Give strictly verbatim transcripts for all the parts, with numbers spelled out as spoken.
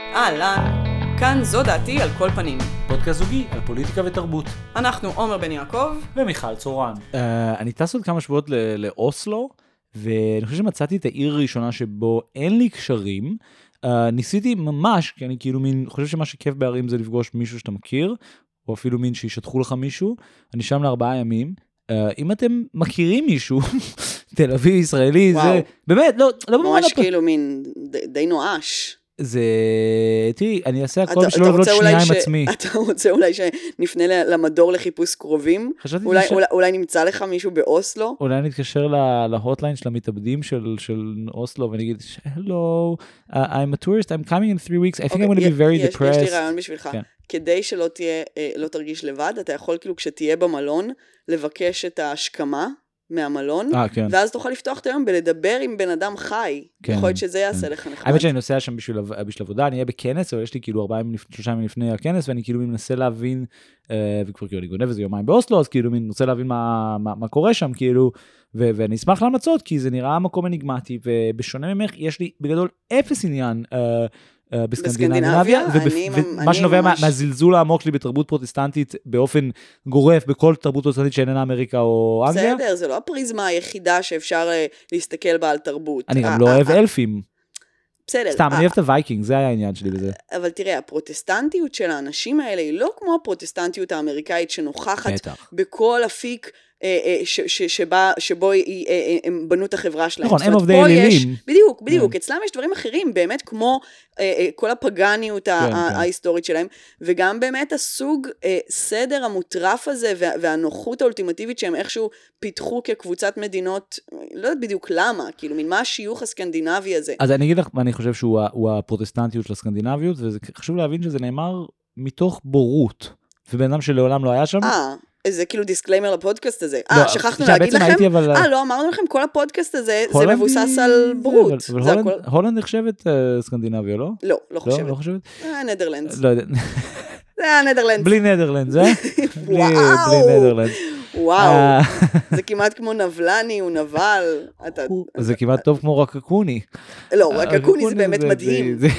אהלן, כאן זו דעתי על כל פנים. פודקאסט זוגי על פוליטיקה ותרבות. אנחנו עומר בן יעקב ומיכל צורן. Uh, אני טס עוד כמה שבועות ל- לאוסלו, ואני חושב שמצאתי את העיר הראשונה שבו אין לי קשרים. Uh, ניסיתי ממש, כי אני כאילו מין, חושב שמה שכיף בערים זה לפגוש מישהו שאתה מכיר, או אפילו מין שישטחו לך מישהו. אני שם לארבעה ימים. Uh, אם אתם מכירים מישהו, תל אביב ישראלי, וואו. זה באמת, לא, לא במובן ממש הפ- כאילו מין די, די נואש. זה, תראי, אני אעשה הכל אתה- בשביל אתה לבלות רוצה שנייה אולי עם ש- עצמי. אתה רוצה אולי שנפנה ל- למדור לחיפוש קרובים? חשבתי אולי, ש- אולי, אולי נמצא לך מישהו באוסלו? אולי נתקשר לה- להוטליין של המתאבדים של, של אוסלו, ואני אגיד, hello, uh, I'm a tourist, I'm coming in three weeks, I think אוקיי, I'm going to be יש- very יש- יש לי depressed. רעיון בשבילך. כן. כדי שלא תהיה, אה, לא תרגיש לבד, אתה יכול כאילו כשתהיה במלון, לבקש את ההשכמה מהמלון, אה, כן. ואז תוכל לפתוח את היום בלדבר עם בן אדם חי. כן, יכול להיות שזה יעשה כן. לך נחמד. האמת שאני נוסע שם בשביל, עב- בשביל עבודה, אני אהיה בכנס, אבל יש לי כאילו ארבעה ימים, לפ- שלושה ימים לפני הכנס, ואני כאילו מנסה להבין, אה, וכבר כאילו אני גונב איזה יומיים באוסלו, אז כאילו אני רוצה להבין מה, מה, מה קורה שם, כאילו, ו- ואני אשמח להמלצות, כי זה נראה מקום אניגמטי, ובשונה ממך, יש לי בגדול אפס עניין, אה, אה, בסקנדינביה, בסקנדינביה, ובפ- אני- ומה אני שנובע מה- ממש- מהזלזול העמוק שלי בתרבות פרוטסטנטית באופן גורף, בכל תרבות פרוטסטנטית שאיננה אמריקה או אנגליה. בסדר, זה לא הפריזמה היחידה שאפשר אה, להסתכל בה על תרבות. אני גם אה, לא אה, אוהב אה, אלפים. בסדר. סתם, אה, אני אוהב את הווייקינג, זה היה העניין שלי בזה. אבל תראה, הפרוטסטנטיות של האנשים האלה היא לא כמו הפרוטסטנטיות האמריקאית שנוכחת בטח. בכל אפיק אה, אה, ש- ש- שבה- שבו היא- אה, אה, הם בנו את החברה שלהם. נכון, זאת הם אומרת, עובדי פה יש- אלילים. בדיוק, בדיוק. כן. אצלם יש דברים אחרים, באמת כמו אה, אה, כל הפגניות ה- כן, ה- כן. ההיסטורית שלהם, וגם באמת הסוג אה, סדר המוטרף הזה וה- והנוחות האולטימטיבית שהם איכשהו פיתחו כקבוצת מדינות, לא יודעת בדיוק למה, כאילו, מן מה השיוך הסקנדינבי הזה. אז אני אגיד לך מה אני חושב שהוא ה- הוא הפרוטסטנטיות של הסקנדינביות, וחשוב להבין שזה נאמר מתוך בורות, ובן אדם שלעולם לא היה שם. אה, זה כאילו דיסקליימר לפודקאסט הזה. לא, אה, שכחנו עכשיו, להגיד בעצם לכם? הייתי, אבל- אה, לא אמרנו לכם, כל הפודקאסט הזה, זה הולנד מבוסס היא- על זה, בורות. אבל- אבל זה הולנד- הכל- הולנד נחשבת אה, סקנדינביה, לא? לא, לא לא, חושבת. לא חושבת? אה, נדרלנדס. לא יודע. זה היה נדרלנדס. בלי נדרלנד, זה? בלי וואו. בלי נדרלנד. וואו, אה, זה כמעט כמו נבלני, הוא נבל. אתה- זה כמעט טוב כמו רקקוני. לא, רק הקוני זה באמת זה- מדהים. זה-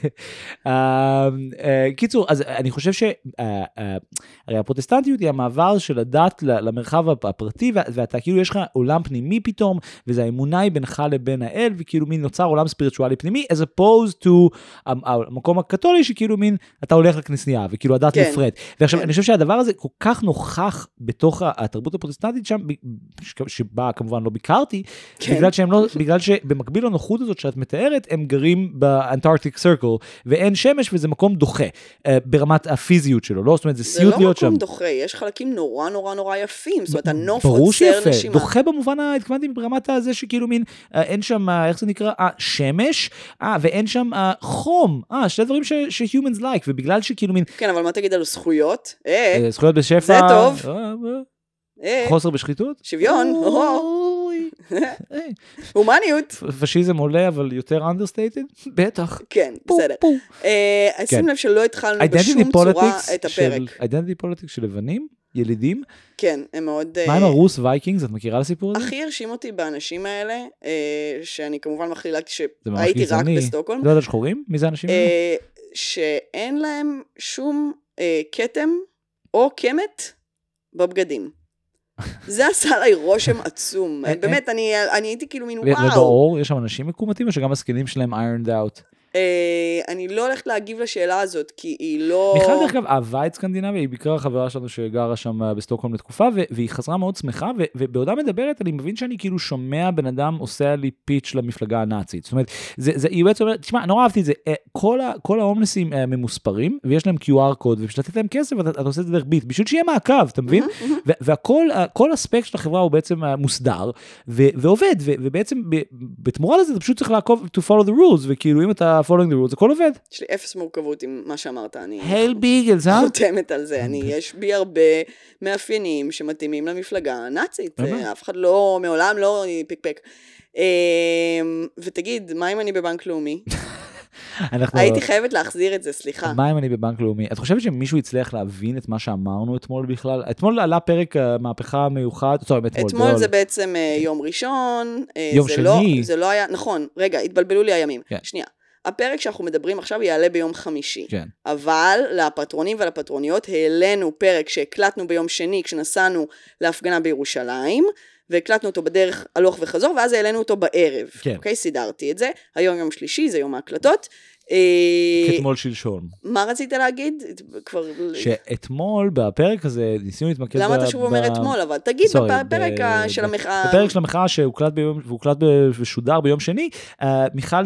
אה, אה, קיצור, אז אני חושב ש... אה, אה, הרי הפרוטסטנטיות היא המעבר של הדת ל- למרחב הפ- הפרטי, ו- ואתה כאילו יש לך עולם פנימי פתאום, וזה האמונה היא בינך לבין האל, וכאילו מין נוצר עולם ספיריטואלי פנימי, as opposed to המ- המקום הקתולי, שכאילו מין, אתה הולך לכנסייה, וכאילו הדת כן. נפרד. ועכשיו, כן. אני חושב שהדבר הזה כל כך נוכח בתוך התרבות הפרוטסטנטית שם, ב- ש- שבה כמובן לא ביקרתי, כן. בגלל שהם לא, בגלל שבמקביל לנוחות הזאת שאת מתארת, הם גרים באנטארקטיק סרקל, ואין שמש וזה מקום דוחה, אה, ברמת הפיזיות שלו, לא? זאת אומרת, זה זה סיוט לא להיות שם. מקום דוחה, יש חלקים נורא נורא נורא יפים, זאת אומרת, הנוף ברור עוצר שיפה, נשימה. דוחה במובן, ה- התכוונתי ברמת הזה שכאילו מין, אה, אין שם, אה, איך זה נקרא, אה, שמש, אה, ואין שם אה, חום, אה, שני דברים ש- ש-humans like, ובגלל שכאילו מין, כן, אבל מה תגיד על זכויות? אה, אה, זכויות בשפע, זה טוב. אה, אה, אה, חוסר בשחיתות, שוויון, אוי, אה, הומניות. פשיזם עולה, אבל יותר understated? בטח. כן, פו, בסדר. פו. אה, אז שים לב שלא התחלנו Identity בשום צורה politics את של- הפרק. identity politics של לבנים, ילידים. כן, הם מאוד... מה עם הרוס וייקינגס? את מכירה לסיפור הזה? הכי הרשים אותי באנשים האלה, אה, שאני כמובן מכלילה זה ממש כשהייתי רק גזעני. בסטוקהולם, לא יודעת שחורים? מי זה האנשים האלה? אה, שאין להם שום אה, כתם או קמת בבגדים. זה עשה עליי רושם עצום. אין- באמת, אני אני הייתי כאילו מין ו- וואו. ובאור יש שם אנשים מקומטים או שגם הסקנים שלהם ironed out? אה, אני לא הולכת להגיב לשאלה הזאת, כי היא לא... מיכל דרך אגב אהבה את סקנדינביה, היא ביקרה חברה שלנו שגרה שם אה, בסטוקהולם לתקופה, ו- והיא חזרה מאוד שמחה, ו- ובעודה מדברת, אני מבין שאני כאילו שומע בן אדם עושה לי פיץ' למפלגה הנאצית. זאת אומרת, זה, זה, היא בעצם אומרת, תשמע, נורא אהבתי את זה, אה, כל, ה- כל ההומלסים אה, ממוספרים, ויש להם קיו אר קוד, ובשביל לתת להם כסף, אתה, אתה עושה את זה דרך ביט, בשביל שיהיה מעקב, אתה מבין? ו- והכל, ה- כל הספקט של החברה הוא בעצם אה, מוסדר, ו- ועובד, ו- ובעצם ב- בתמורה לזה, אתה פשוט צריך לעקוב to follow the rules, וכאילו אם אתה following the rules, הכל עובד. יש לי אפס מורכבות עם מה שאמרת, אני הייל ביגלס, אה? חותמת על זה, אני, יש בי הרבה מאפיינים שמתאימים למפלגה הנאצית, באמת? אף אחד לא, מעולם לא פיקפק. אמ, ותגיד, מה אם אני בבנק לאומי? אנחנו- הייתי חייבת להחזיר את זה, סליחה. מה אם אני בבנק לאומי? את חושבת שמישהו הצליח להבין את מה שאמרנו אתמול בכלל? אתמול עלה פרק אה, מהפכה מיוחד, טוב, אתמול. אתמול לא- זה בעצם אה, יום ראשון. אה, יום זה לא- שני. זה לא היה, נכון, רגע, התבלבלו לי הימים. כן. שנייה. הפרק שאנחנו מדברים עכשיו יעלה ביום חמישי. כן. אבל לפטרונים ולפטרוניות העלינו פרק שהקלטנו ביום שני כשנסענו להפגנה בירושלים, והקלטנו אותו בדרך הלוך וחזור, ואז העלינו אותו בערב. כן. אוקיי, סידרתי את זה. היום יום שלישי, זה יום ההקלטות. כתמול שלשון. מה רצית להגיד? כבר... שאתמול בפרק הזה ניסינו להתמקד... למה אתה שוב אומר אתמול? אבל תגיד בפרק של המחאה... בפרק של המחאה שהוקלט ושודר ביום שני, מיכל,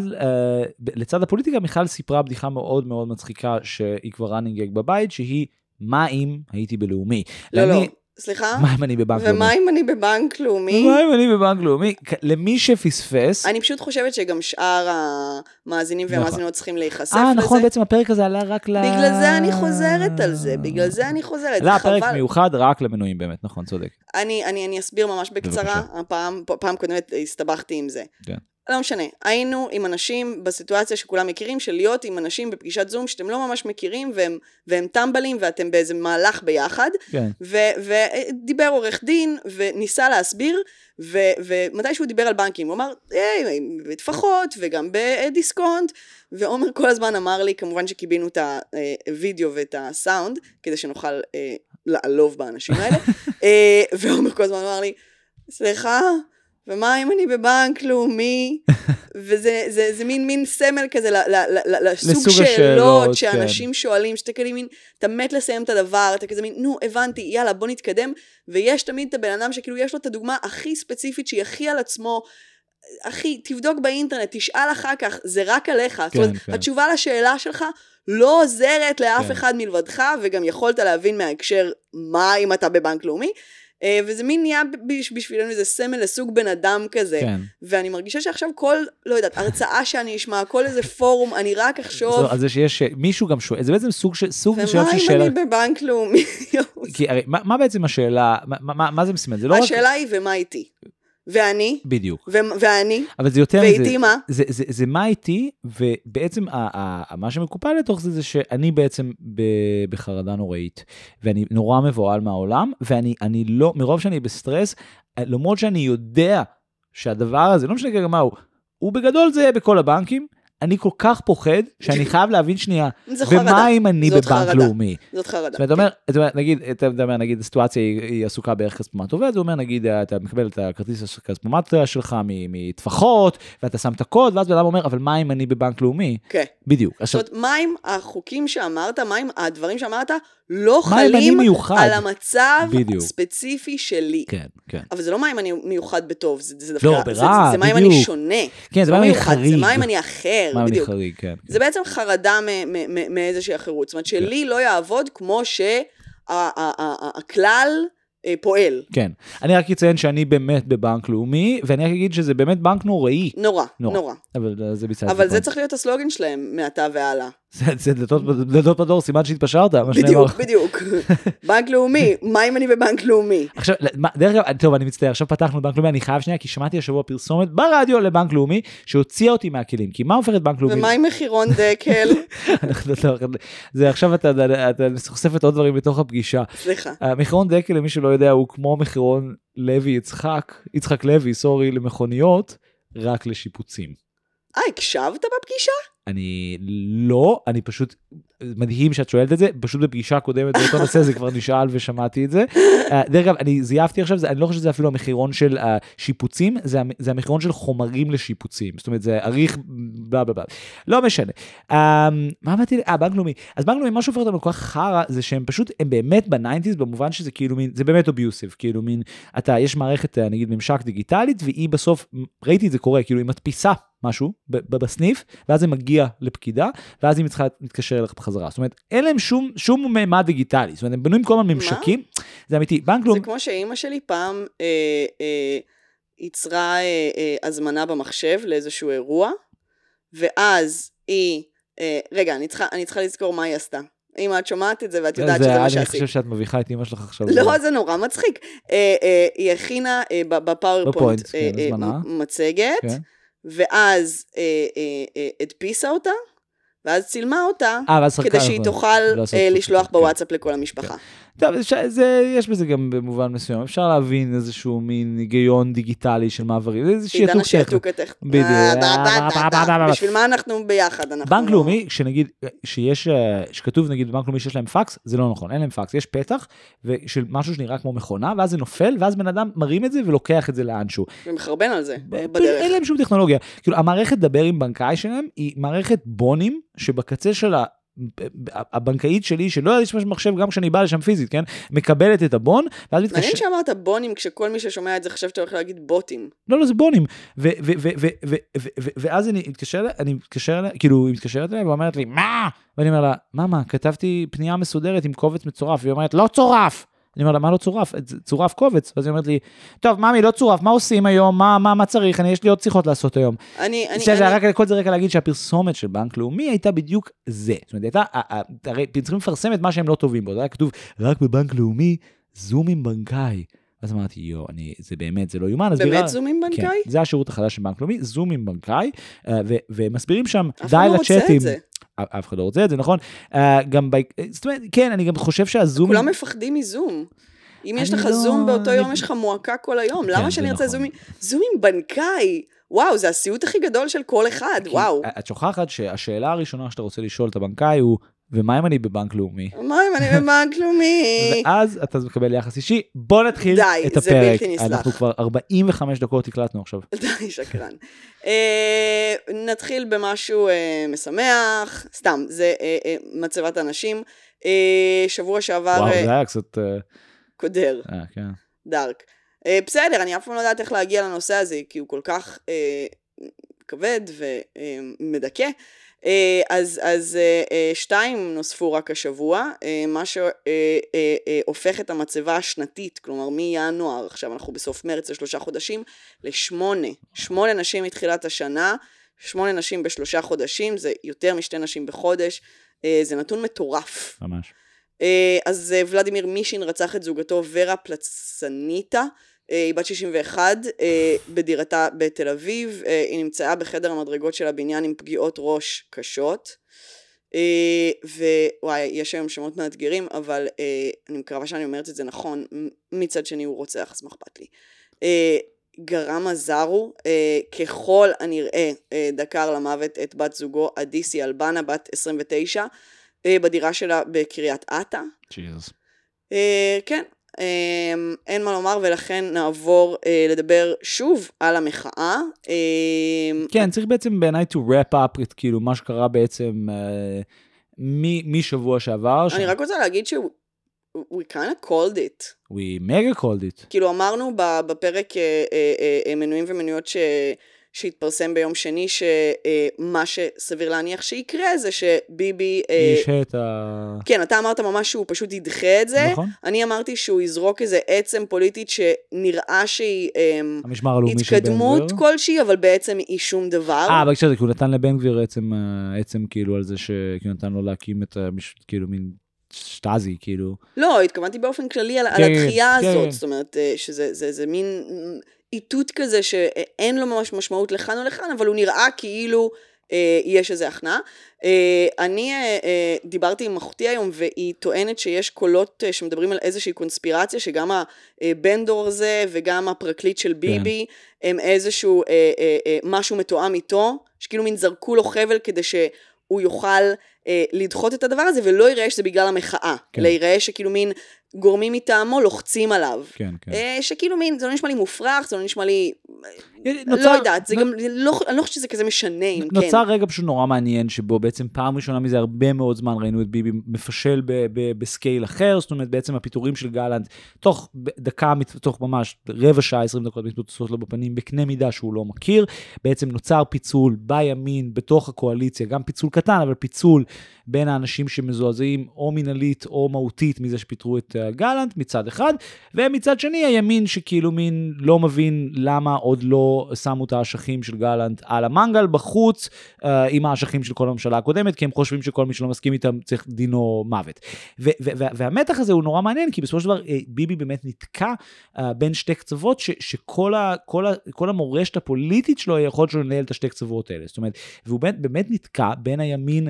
לצד הפוליטיקה, מיכל סיפרה בדיחה מאוד מאוד מצחיקה שהיא כבר ראנינג בבית, שהיא מה אם הייתי בלאומי. לא, לא. סליחה? מה אם אני בבנק לאומי? ומה אם אני בבנק לאומי? מה אם אני בבנק לאומי? למי שפספס... אני פשוט חושבת שגם שאר המאזינים והמאזינות צריכים להיחשף לזה. אה, נכון, בעצם הפרק הזה עלה רק ל... בגלל זה אני חוזרת על זה, בגלל זה אני חוזרת. זה הפרק מיוחד רק למנויים באמת, נכון, צודק. אני, אני, אני אסביר ממש בקצרה, הפעם, פעם קודמת הסתבכתי עם זה. כן. לא משנה, היינו עם אנשים בסיטואציה שכולם מכירים, של להיות עם אנשים בפגישת זום שאתם לא ממש מכירים, והם, והם טמבלים, ואתם באיזה מהלך ביחד, כן. ו- ודיבר עורך דין, וניסה להסביר, ו- ומתי שהוא דיבר על בנקים, הוא אמר, היי, בטפחות, וגם בדיסקונט, ועומר כל הזמן אמר לי, כמובן שקיבינו את הווידאו ואת הסאונד, כדי שנוכל לעלוב באנשים האלה, ועומר כל הזמן אמר לי, סליחה, ומה אם אני בבנק לאומי, וזה זה, זה מין, מין סמל כזה, לסוג שאלות שאנשים שואלים, שאתה כזה מין, אתה מת לסיים את הדבר, אתה כזה מין, נו, הבנתי, יאללה, בוא נתקדם, ויש תמיד את הבן אדם שכאילו יש לו את הדוגמה הכי ספציפית, שהיא הכי על עצמו, אחי, תבדוק באינטרנט, תשאל אחר כך, זה רק עליך, כן, זאת אומרת, כן. התשובה לשאלה שלך, לא עוזרת לאף כן. אחד מלבדך, וגם יכולת להבין מההקשר, מה אם אתה בבנק לאומי, וזה מין נהיה בשבילנו איזה סמל לסוג בן אדם כזה, כן. ואני מרגישה שעכשיו כל, לא יודעת, הרצאה שאני אשמע, כל איזה פורום, אני רק אחשוב... על זה שיש, מישהו גם שואל, זה בעצם סוג של שאלה... ומה אם אני בבנק לאומי? כי הרי, מה, מה בעצם השאלה, מה, מה, מה זה מסמל? זה לא רק... השאלה היא, ומה איתי? ואני? בדיוק. ו- ואני? אבל זה יותר... ואיתי מה? זה, זה, זה, זה מה איתי, ובעצם ה, ה, מה שמקופל לתוך זה, זה שאני בעצם ב, בחרדה נוראית, ואני נורא מבועל מהעולם, ואני אני לא, מרוב שאני בסטרס, למרות שאני יודע שהדבר הזה, לא משנה כרגע מה הוא, הוא בגדול זה בכל הבנקים, אני כל כך פוחד, שאני חייב להבין שנייה, ומה אם אני בבנק לאומי? זאת חרדה. זאת אומרת, אתה אומר, נגיד, אתה אומר, נגיד, הסיטואציה היא עסוקה בערך כספומט עובד, זה אומר, נגיד, אתה מקבל את הכרטיס הכספומט שלך מטפחות, ואתה שם את הקוד, ואז בן אומר, אבל מה אם אני בבנק לאומי? כן. בדיוק. זאת אומרת, מה אם החוקים שאמרת, מה אם הדברים שאמרת, לא חלים על המצב הספציפי שלי. כן, כן. אבל זה לא מה אם אני מיוחד בטוב, זה דווקא, לא, ברע, זה מה אם אני שונה. כן, זה מה אם אני חריג. זה מה אם אני אחר, בדיוק. חריג, כן, כן. זה בעצם חרדה מאיזושהי אחרות. זאת אומרת, שלי לא יעבוד כמו שהכלל פועל. כן. אני רק אציין שאני באמת בבנק לאומי, ואני רק אגיד שזה באמת בנק נוראי. נורא, נורא. אבל זה בצד. אבל זה צריך להיות הסלוגן שלהם מעתה והלאה. זה דלתות בדור, סימן שהתפשרת. בדיוק, בדיוק. בנק לאומי, מה אם אני בבנק לאומי? עכשיו, דרך אגב, טוב, אני מצטער, עכשיו פתחנו בנק לאומי, אני חייב שנייה, כי שמעתי השבוע פרסומת ברדיו לבנק לאומי, שהוציאה אותי מהכלים, כי מה הופך את בנק לאומי? ומה עם מחירון דקל? זה עכשיו אתה חושפת עוד דברים בתוך הפגישה. סליחה. מחירון דקל, למי שלא יודע, הוא כמו מחירון לוי יצחק, יצחק לוי, סורי, למכוניות, רק לשיפוצים. אה, הקשבת בפגישה? אני לא, אני פשוט, מדהים שאת שואלת את זה, פשוט בפגישה קודמת באותו נושא, זה כבר נשאל ושמעתי את זה. דרך אגב, אני זייפתי עכשיו, אני לא חושב שזה אפילו המחירון של שיפוצים, זה המחירון של חומרים לשיפוצים, זאת אומרת, זה עריך, בלה בלה בלה. לא משנה. מה אמרתי לי? אה, בנק לאומי. אז בנק לאומי, מה שהופך אותם כל כך חרא, זה שהם פשוט, הם באמת בניינטיז, במובן שזה כאילו מין, זה באמת אוביוסיב, כאילו מין, אתה, יש מערכת, נגיד, ממשק דיגיטלית, והיא בסוף, ראיתי את זה קורה, כאילו, היא מדפיסה משהו בסניף, ואז זה מגיע לפקידה, ואז היא צריכה להתקשר אליך בחזרה. זאת אומרת, אין להם שום, שום מימד דיגיטלי. זאת אומרת, הם בנויים כל הזמן ממשקים. זה אמיתי. בנק לאומי... זה כמו שאימא שלי פעם אה, אה, יצרה אה, אה, הזמנה במחשב לאיזשהו אירוע, ואז היא... אה, רגע, אני צריכה, אני צריכה לזכור מה היא עשתה. אמא, את שומעת את זה, ואת יודעת שזה מה שעשית. אני חושב שאת מביכה את אמא שלך עכשיו. לא, זה נורא מצחיק. אה, אה, היא הכינה אה, בפאורפוינט אה, אה, מצגת, ואז אה, אה, אה, הדפיסה אותה, ואז צילמה אותה, כדי שהיא תוכל לשלוח בוואטסאפ לכל המשפחה. טוב, ש... זה, יש בזה גם במובן מסוים, אפשר להבין איזשהו מין היגיון דיגיטלי של מעברים, זה שיתוק שיתוק הטכ... בדיוק. בשביל מה אנחנו ביחד? בנק לאומי, כשנגיד, שיש, שכתוב נגיד בבנק לאומי שיש להם פקס, זה לא נכון, אין להם פקס, יש פתח של משהו שנראה כמו מכונה, ואז זה נופל, ואז בן אדם מרים את זה ולוקח את זה לאנשהו. ומחרבן על זה, בדרך. אין להם שום טכנולוגיה. כאילו, המערכת דבר עם בנקאי שלהם, היא מערכת בונים, שבקצה שלה, הבנקאית שלי, שלא יודע להשתמש במחשב גם כשאני בא לשם פיזית, כן? מקבלת את הבון, ואז מתקשר... מעניין שאמרת בונים, כשכל מי ששומע את זה חשב שאתה הולך להגיד בוטים. לא, לא, זה בונים. ואז אני מתקשר אליה, אני מתקשר אליה, כאילו, היא מתקשרת אליה, ואומרת לי, מה? ואני אומר לה, מה, כתבתי פנייה מסודרת עם קובץ מצורף, והיא אומרת, לא צורף. אני אומר לה, מה לא צורף? צורף קובץ. ואז היא אומרת לי, טוב, ממי, לא צורף, מה עושים היום? מה, מה, מה צריך? אני, יש לי עוד שיחות לעשות היום. אני, אני, זה, אני... רק, כל זה רקע להגיד שהפרסומת של בנק לאומי הייתה בדיוק זה. זאת אומרת, הייתה, הרי צריכים לפרסם את מה שהם לא טובים בו. זה היה כתוב, רק בבנק לאומי, זום עם בנקאי. אז אמרתי, יו, אני, זה באמת, זה לא יומן. באמת בירה, זום עם בנקאי? כן, זה השירות החדש של בנק לאומי, זום עם בנקאי, ו, ומסבירים שם, די לצ'אטים. אף אחד לא רוצה את זה, נכון? גם, זאת אומרת, כן, אני גם חושב שהזום... כולם מפחדים מזום. אם יש לך זום באותו יום, יש לך מועקה כל היום. למה שאני ארצה זום? זום עם בנקאי. וואו, זה הסיוט הכי גדול של כל אחד. וואו. את שוכחת שהשאלה הראשונה שאתה רוצה לשאול את הבנקאי הוא, ומה אם אני בבנק לאומי? מה אם אני בבנק לאומי? ואז אתה מקבל יחס אישי. בוא נתחיל את הפרק. די, זה בלתי נסלח. אנחנו כבר ארבעים וחמש דקות הקלטנו עכשיו. די, שקרן. נתחיל במשהו משמח. סתם, זה מצבת אנשים. שבוע שעבר... וואו, זה היה קצת... קודר. אה, כן. דארק. אה, בסדר, אני אף פעם לא יודעת איך להגיע לנושא הזה, כי הוא כל כך אה, כבד ומדכא. אה, אז, אז אה, שתיים נוספו רק השבוע, אה, מה שהופך אה, אה, את המצבה השנתית, כלומר מינואר, עכשיו אנחנו בסוף מרץ לשלושה חודשים, לשמונה. שמונה נשים מתחילת השנה, שמונה נשים בשלושה חודשים, זה יותר משתי נשים בחודש, אה, זה נתון מטורף. ממש. אז ולדימיר מישין רצח את זוגתו ורה פלצניטה, היא בת שישים ואחת, בדירתה בתל אביב, היא נמצאה בחדר המדרגות של הבניין עם פגיעות ראש קשות, ווואי, יש היום שמות מאתגרים, אבל אני מקווה שאני אומרת את זה נכון, מצד שני הוא רוצח, אז מה אכפת לי. גרם הזרו, ככל הנראה, דקר למוות את בת זוגו, אדיסי אלבנה, בת עשרים ותשע, בדירה שלה בקריית אתא. ג'יזוס. כן, אין מה לומר, ולכן נעבור לדבר שוב על המחאה. כן, צריך בעצם בעיניי to wrap up את כאילו מה שקרה בעצם משבוע שעבר. אני רק רוצה להגיד ש... we kind of called it. we mega called it. כאילו אמרנו בפרק מנויים ומנויות ש... שהתפרסם ביום שני, שמה שסביר להניח שיקרה זה שביבי... ישהה את ה... כן, אתה אמרת ממש שהוא פשוט ידחה את זה. נכון. אני אמרתי שהוא יזרוק איזה עצם פוליטית שנראה שהיא... המשמר הלאומי של בן גביר. התקדמות כלשהי, אבל בעצם היא שום דבר. אה, בהקשר זה, כי הוא נתן לבן גביר עצם, עצם כאילו על זה שהוא נתן לו להקים את כאילו מין... שטאזי, כאילו. לא, התכוונתי באופן כללי על, כן, על התחייה כן, הזאת, כן. זאת אומרת, שזה זה, זה מין איתות כזה שאין לו ממש משמעות לכאן או לכאן, אבל הוא נראה כאילו אה, יש איזה הכנעה. אה, אני אה, דיברתי עם אחותי היום, והיא טוענת שיש קולות אה, שמדברים על איזושהי קונספירציה, שגם הבן דור הזה וגם הפרקליט של ביבי, כן. הם איזשהו אה, אה, אה, משהו מתואם איתו, שכאילו מין זרקו לו חבל כדי שהוא יוכל... לדחות את הדבר הזה, ולא יראה שזה בגלל המחאה, אלא יראה שכאילו מין גורמים מטעמו לוחצים עליו. כן, כן. שכאילו מין, זה לא נשמע לי מופרך, זה לא נשמע לי, לא יודעת, זה גם, אני לא חושבת שזה כזה משנה, אם כן. נוצר רגע פשוט נורא מעניין, שבו בעצם פעם ראשונה מזה הרבה מאוד זמן ראינו את ביבי מפשל בסקייל אחר, זאת אומרת בעצם הפיתורים של גלנט, תוך דקה, תוך ממש רבע שעה, עשרים דקות מתפוצצות לו בפנים, בקנה מידה שהוא לא מכיר, בעצם נוצר פיצול בימין, בתוך הקואליציה, גם פיצול קטן, אבל פיצול בין האנשים שמזועזעים או מנהלית או מהותית מזה שפיתרו את גלנט מצד אחד, ומצד שני הימין שכאילו מין לא מבין למה עוד לא שמו את האשכים של גלנט על המנגל בחוץ, אה, עם האשכים של כל הממשלה הקודמת, כי הם חושבים שכל מי שלא מסכים איתם צריך דינו מוות. ו- ו- ו- והמתח הזה הוא נורא מעניין, כי בסופו של דבר ביבי באמת נתקע אה, בין שתי קצוות, ש- שכל ה- כל ה- כל המורשת הפוליטית שלו יכול להיות שהוא לנהל את השתי קצוות האלה. זאת אומרת, והוא באמת, באמת נתקע בין הימין אה,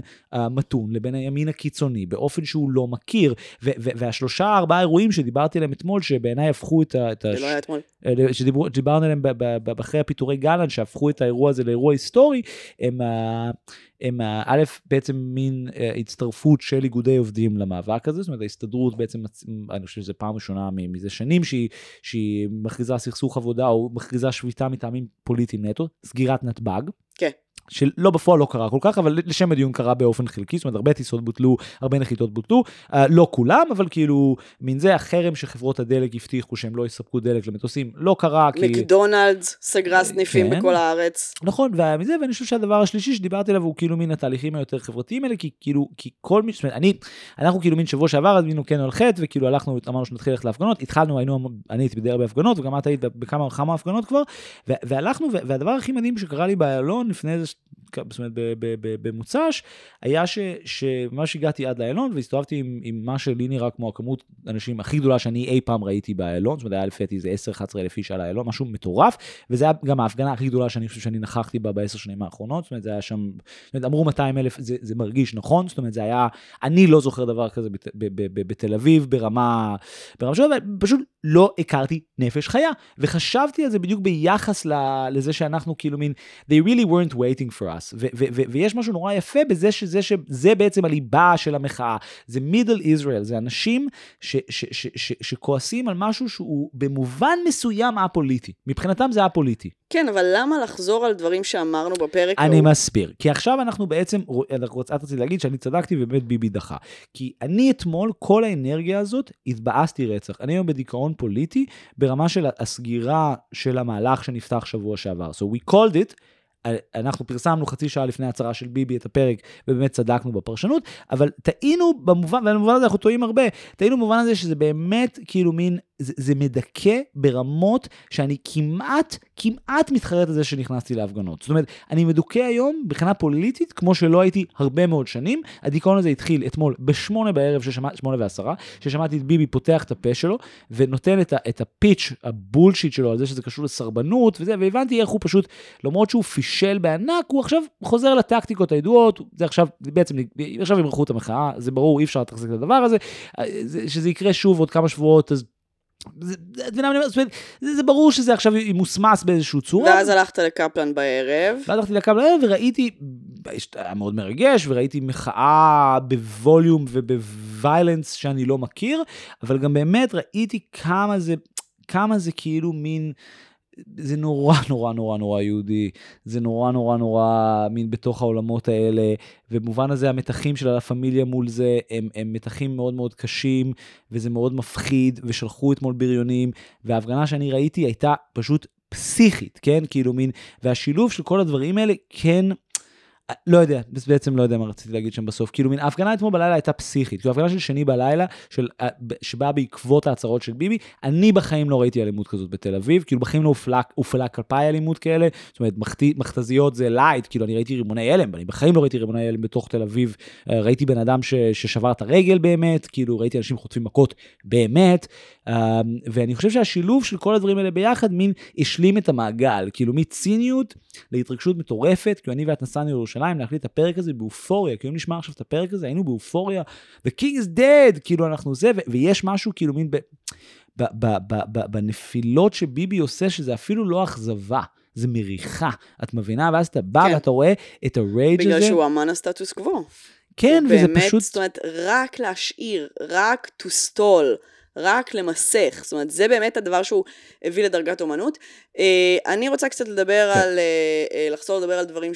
המתון לבין הימין הקיצוני, באופן שהוא לא מכיר, ו- ו- והשלושה, ארבעה אירועים שדיברתי עליהם אתמול, שבעיניי הפכו את ה... זה לא היה אתמול. שדיברנו עליהם אחרי הפיטורי גלנט, שהפכו את האירוע הזה לאירוע היסטורי, הם ה... הם א', בעצם מין הצטרפות של איגודי עובדים למאבק הזה, זאת אומרת, ההסתדרות בעצם, אני חושב שזה פעם ראשונה מזה שנים, שהיא, שהיא מכריזה סכסוך עבודה, או מכריזה שביתה מטעמים פוליטיים נטו, סגירת נתב"ג. כן. שלא בפועל לא קרה כל כך, אבל לשם הדיון קרה באופן חלקי, זאת אומרת, הרבה טיסות בוטלו, הרבה נחיתות בוטלו, אה, לא כולם, אבל כאילו, מן זה החרם שחברות הדלק הבטיחו שהם לא יספקו דלק למטוסים, לא קרה, כי... מקדונלדס סגרה סניפים כן. בכל הארץ. נכון, ומזה, ואני חושב שהדבר השלישי שדיברתי עליו, הוא כאילו מן התהליכים היותר חברתיים האלה, כי כאילו, כי כל מי, זאת אומרת, אני, אנחנו כאילו מן שבוע שעבר, אז מינו כן על חטא, וכאילו הלכנו, אמרנו שנתחיל ללכת להפגנות, התחלנו, היינו, אני הייתי בדי הרבה הפגנות, וגם את היית בכמה וכמה הפגנות כבר, והלכנו, והדבר הכי מדהים שקרה לי באיילון לפני איזה, זאת אומרת, במוצ"ש, היה שממש הגעתי עד לאיילון, והסתובבתי עם, עם מה שלי נראה כמו הכמות אנשים הכי גדולה שאני אי פעם ראיתי באיילון, זאת אומרת, היה לפי איזה עשר עד אחת עשרה אלף איש על האיילון, משהו מטורף, וזה היה גם ההפגנה הכי גדולה שאני חושב שאני נכחתי בה בעשר שנים האחרונות, זאת אומרת, זה היה שם, זאת אומרת, אמרו מאתיים אלף, זה, זה מרגיש נכון, זאת אומרת, זה היה, אני לא זוכר דבר כזה בת, ב, ב, ב, בתל אביב, ברמה, ברמה שלו, פשוט לא הכרתי נפש חיה, וחשבתי על זה בדיוק ביחס לזה שאנחנו כאילו מין, they really weren't waiting for us, ו- ו- ו- ויש משהו נורא יפה בזה שזה, שזה בעצם הליבה של המחאה, זה מידל ישראל, זה אנשים ש- ש- ש- ש- שכועסים על משהו שהוא במובן מסוים הפוליטי, מבחינתם זה הפוליטי. כן, אבל למה לחזור על דברים שאמרנו בפרק? אני הוא... מסביר, כי עכשיו אנחנו בעצם, אני רוצה להגיד שאני צדקתי ובאמת ביבי דחה, כי אני אתמול, כל האנרגיה הזאת, התבאסתי רצח, אני היום בדיכאון פוליטי, ברמה של הסגירה של המהלך שנפתח שבוע שעבר, so we called it, אנחנו פרסמנו חצי שעה לפני הצהרה של ביבי את הפרק, ובאמת צדקנו בפרשנות, אבל טעינו במובן, ובמובן הזה אנחנו טועים הרבה, טעינו במובן הזה שזה באמת כאילו מין, זה, זה מדכא ברמות שאני כמעט, כמעט מתחרט על זה שנכנסתי להפגנות. זאת אומרת, אני מדוכא היום מבחינה פוליטית, כמו שלא הייתי הרבה מאוד שנים, הדיכאון הזה התחיל אתמול בשמונה בערב, ששמע, שמונה ועשרה, ששמעתי את ביבי פותח את הפה שלו, ונותן את, ה, את הפיץ', הבולשיט שלו, על זה שזה קשור לסרבנות וזה, והבנתי איך הוא פשוט, למרות שהוא פישל בענק, הוא עכשיו חוזר לטקטיקות הידועות, זה עכשיו, בעצם, עכשיו ימרחו את המחאה, זה ברור, אי אפשר לתחזק את הדבר הזה, שזה יקרה שוב עוד כמה שבועות, אז זה, זה, זה ברור שזה עכשיו מוסמס באיזשהו צורה. ואז הלכת לקפלן בערב. ואז הלכתי לקפלן בערב וראיתי, היה מאוד מרגש, וראיתי מחאה בווליום ובוויילנס שאני לא מכיר, אבל גם באמת ראיתי כמה זה, כמה זה כאילו מין, זה נורא נורא נורא נורא יהודי, זה נורא נורא נורא מין בתוך העולמות האלה, ובמובן הזה המתחים של הפמיליה מול זה, הם, הם מתחים מאוד מאוד קשים, וזה מאוד מפחיד, ושלחו אתמול בריונים, וההפגנה שאני ראיתי הייתה פשוט פסיכית, כן? כאילו מין, והשילוב של כל הדברים האלה, כן, לא יודע, בעצם לא יודע מה רציתי להגיד שם בסוף, כאילו מין, ההפגנה אתמול בלילה הייתה פסיכית, כאילו ההפגנה של שני בלילה, של, שבאה בעקבות ההצהרות של ביבי, אני בחיים לא ראיתי אלימות כזאת בתל אביב, כאילו בחיים לא הופלה כלפיי אלימות כאלה, זאת אומרת, מכתזיות זה לייט, כאילו אני ראיתי רימוני הלם, אני בחיים לא ראיתי רימוני הלם בתוך תל אביב, ראיתי בן אדם ש, ששבר את הרגל באמת, כאילו ראיתי אנשים חוטפים מכות באמת, ואני חושב שהשילוב של כל הדברים האלה ביחד, מין השלים את המעגל, כאילו מציניות להתרגשות מטורפת, כי אני ואת נסענו לירושלים להקליט את הפרק הזה באופוריה, כאילו נשמע עכשיו את הפרק הזה, היינו באופוריה, the king is dead, כאילו אנחנו זה, ו- ויש משהו כאילו מין ב- ב- ב- ב- ב- בנפילות שביבי עושה, שזה אפילו לא אכזבה, זה מריחה, את מבינה? ואז אתה בא כן. ואתה רואה את הרייג' הזה. בגלל שהוא אמן הסטטוס קוו. כן, וזה באמת, פשוט... זאת אומרת, רק להשאיר, רק to stall, רק למסך, זאת אומרת, זה באמת הדבר שהוא הביא לדרגת אומנות. אני רוצה קצת לדבר כן. על, לחזור לדבר על דברים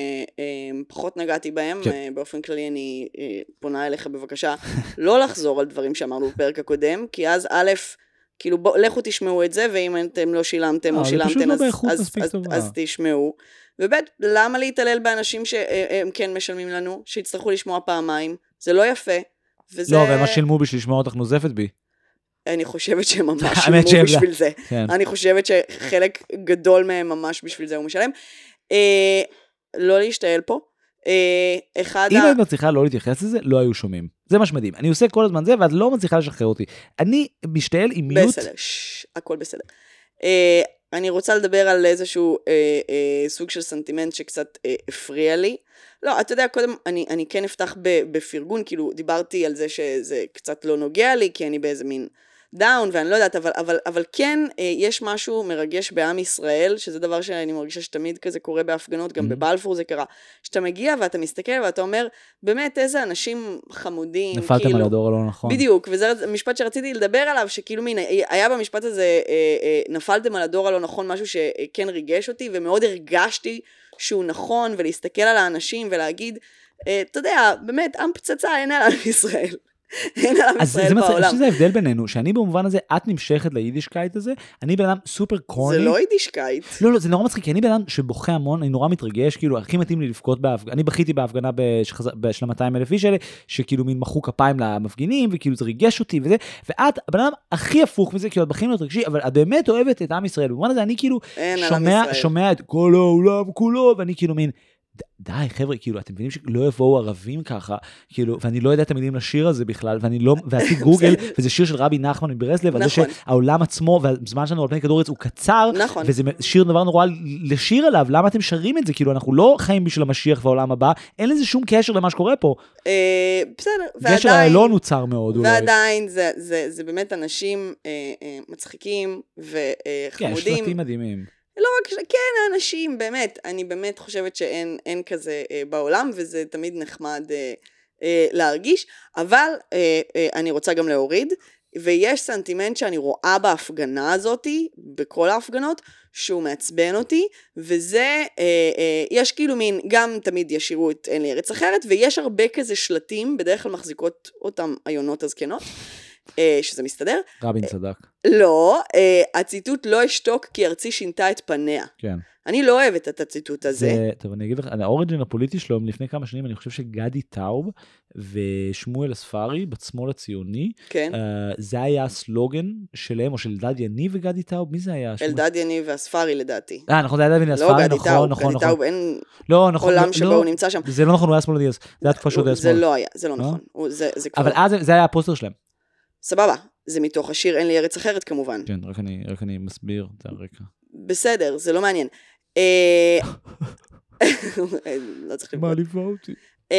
שפחות נגעתי בהם, כן. באופן כללי אני פונה אליך בבקשה, לא לחזור על דברים שאמרנו בפרק הקודם, כי אז א', כאילו בוא, לכו תשמעו את זה, ואם אתם לא שילמתם או שילמתם, אז, אז, אז, אז תשמעו. ובית, למה להתעלל באנשים שהם כן משלמים לנו, שיצטרכו לשמוע פעמיים? זה לא יפה. וזה... לא, ומה שילמו בשביל לשמוע אותך נוזפת בי? אני חושבת שהם ממש שילמו בשביל זה. כן. אני חושבת שחלק גדול מהם ממש בשביל זה הוא משלם. אה, לא להשתעל פה. אה, אחד אם ה... היית מצליחה לא להתייחס לזה, לא היו שומעים. זה מה שמדהים. אני עושה כל הזמן זה, ואת לא מצליחה לשחרר אותי. אני משתעל עם מיוט. בסדר, שש, הכל בסדר. אה, אני רוצה לדבר על איזשהו אה, אה, סוג של סנטימנט שקצת אה, הפריע לי. לא, אתה יודע, קודם אני, אני כן אפתח בפרגון, כאילו דיברתי על זה שזה קצת לא נוגע לי, כי אני באיזה מין דאון, ואני לא יודעת, אבל, אבל, אבל כן אה, יש משהו מרגש בעם ישראל, שזה דבר שאני מרגישה שתמיד כזה קורה בהפגנות, גם mm-hmm. בבלפור זה קרה, שאתה מגיע ואתה מסתכל ואתה אומר, באמת איזה אנשים חמודים, נפלתם כאילו, על הדור הלא נכון. בדיוק, וזה המשפט שרציתי לדבר עליו, שכאילו מין, היה במשפט הזה, אה, אה, נפלתם על הדור הלא נכון, משהו שכן ריגש אותי, ומאוד הרגשתי שהוא נכון, ולהסתכל על האנשים ולהגיד, אה, אתה יודע, באמת, עם פצצה אין על ישראל. אין על עם ישראל בעולם. אז זה ההבדל בינינו, שאני במובן הזה, את נמשכת ליידישקייט הזה, אני בן אדם סופר קורני. זה לא יידישקייט. לא, לא, זה נורא מצחיק, כי אני בן אדם שבוכה המון, אני נורא מתרגש, כאילו, הכי מתאים לי לבכות בהפגנה, אני בכיתי בהפגנה של מאתיים אלף איש האלה, שכאילו מין מחאו כפיים למפגינים, וכאילו זה ריגש אותי וזה, ואת, הבן אדם הכי הפוך מזה, כאילו, את בכינו את רגשי, אבל את באמת אוהבת את עם ישראל, במובן הזה אני כאילו שומע, שומע את כל העולם כולו, ואני כאילו מין, די, חבר'ה, כאילו, אתם מבינים שלא יבואו ערבים ככה, כאילו, ואני לא יודע את המילים לשיר הזה בכלל, ואני לא, ועשיתי גוגל, וזה שיר של רבי נחמן מברסלב, על זה שהעולם עצמו, והזמן שלנו על פני כדור ארץ הוא קצר, וזה שיר דבר נורא לשיר עליו, למה אתם שרים את זה? כאילו, אנחנו לא חיים בשביל המשיח והעולם הבא, אין לזה שום קשר למה שקורה פה. בסדר, גשר האלון הוא צר מאוד, אולי. ועדיין, זה באמת אנשים מצחיקים וחמודים. כן, שלטים מדהימים. לא רק, כן, האנשים, באמת, אני באמת חושבת שאין אין כזה אה, בעולם, וזה תמיד נחמד אה, אה, להרגיש, אבל אה, אה, אני רוצה גם להוריד, ויש סנטימנט שאני רואה בהפגנה הזאת, בכל ההפגנות, שהוא מעצבן אותי, וזה, אה, אה, יש כאילו מין, גם תמיד ישירו את אין לי ארץ אחרת, ויש הרבה כזה שלטים, בדרך כלל מחזיקות אותם עיונות הזקנות, שזה מסתדר. רבין צדק. לא, הציטוט לא אשתוק כי ארצי שינתה את פניה. כן. אני לא אוהבת את הציטוט הזה. טוב, אני אגיד לך, האוריג'ין הפוליטי שלו, לפני כמה שנים, אני חושב שגדי טאוב ושמואל אספרי, בשמאל הציוני, כן. זה היה הסלוגן שלהם, או של אלדד יניב וגדי טאוב, מי זה היה? אלדד יניב ואספרי לדעתי. אה, נכון, זה היה אלדד יניב ואספרי, נכון, נכון, גדי טאוב, אין עולם שבו הוא נמצא שם. זה לא נכון, הוא היה שמאלני, זה היה תקופה שעוד היה שמאל. זה לא היה, זה לא נכון. אבל אז זה היה הפוסטר שלהם. סבבה, זה מתוך השיר אין לי ארץ אחרת כמובן. כן, רק אני, רק אני מסביר את הרקע. בסדר, זה לא מעניין. לא צריך לבדוק. מעליבה אותי.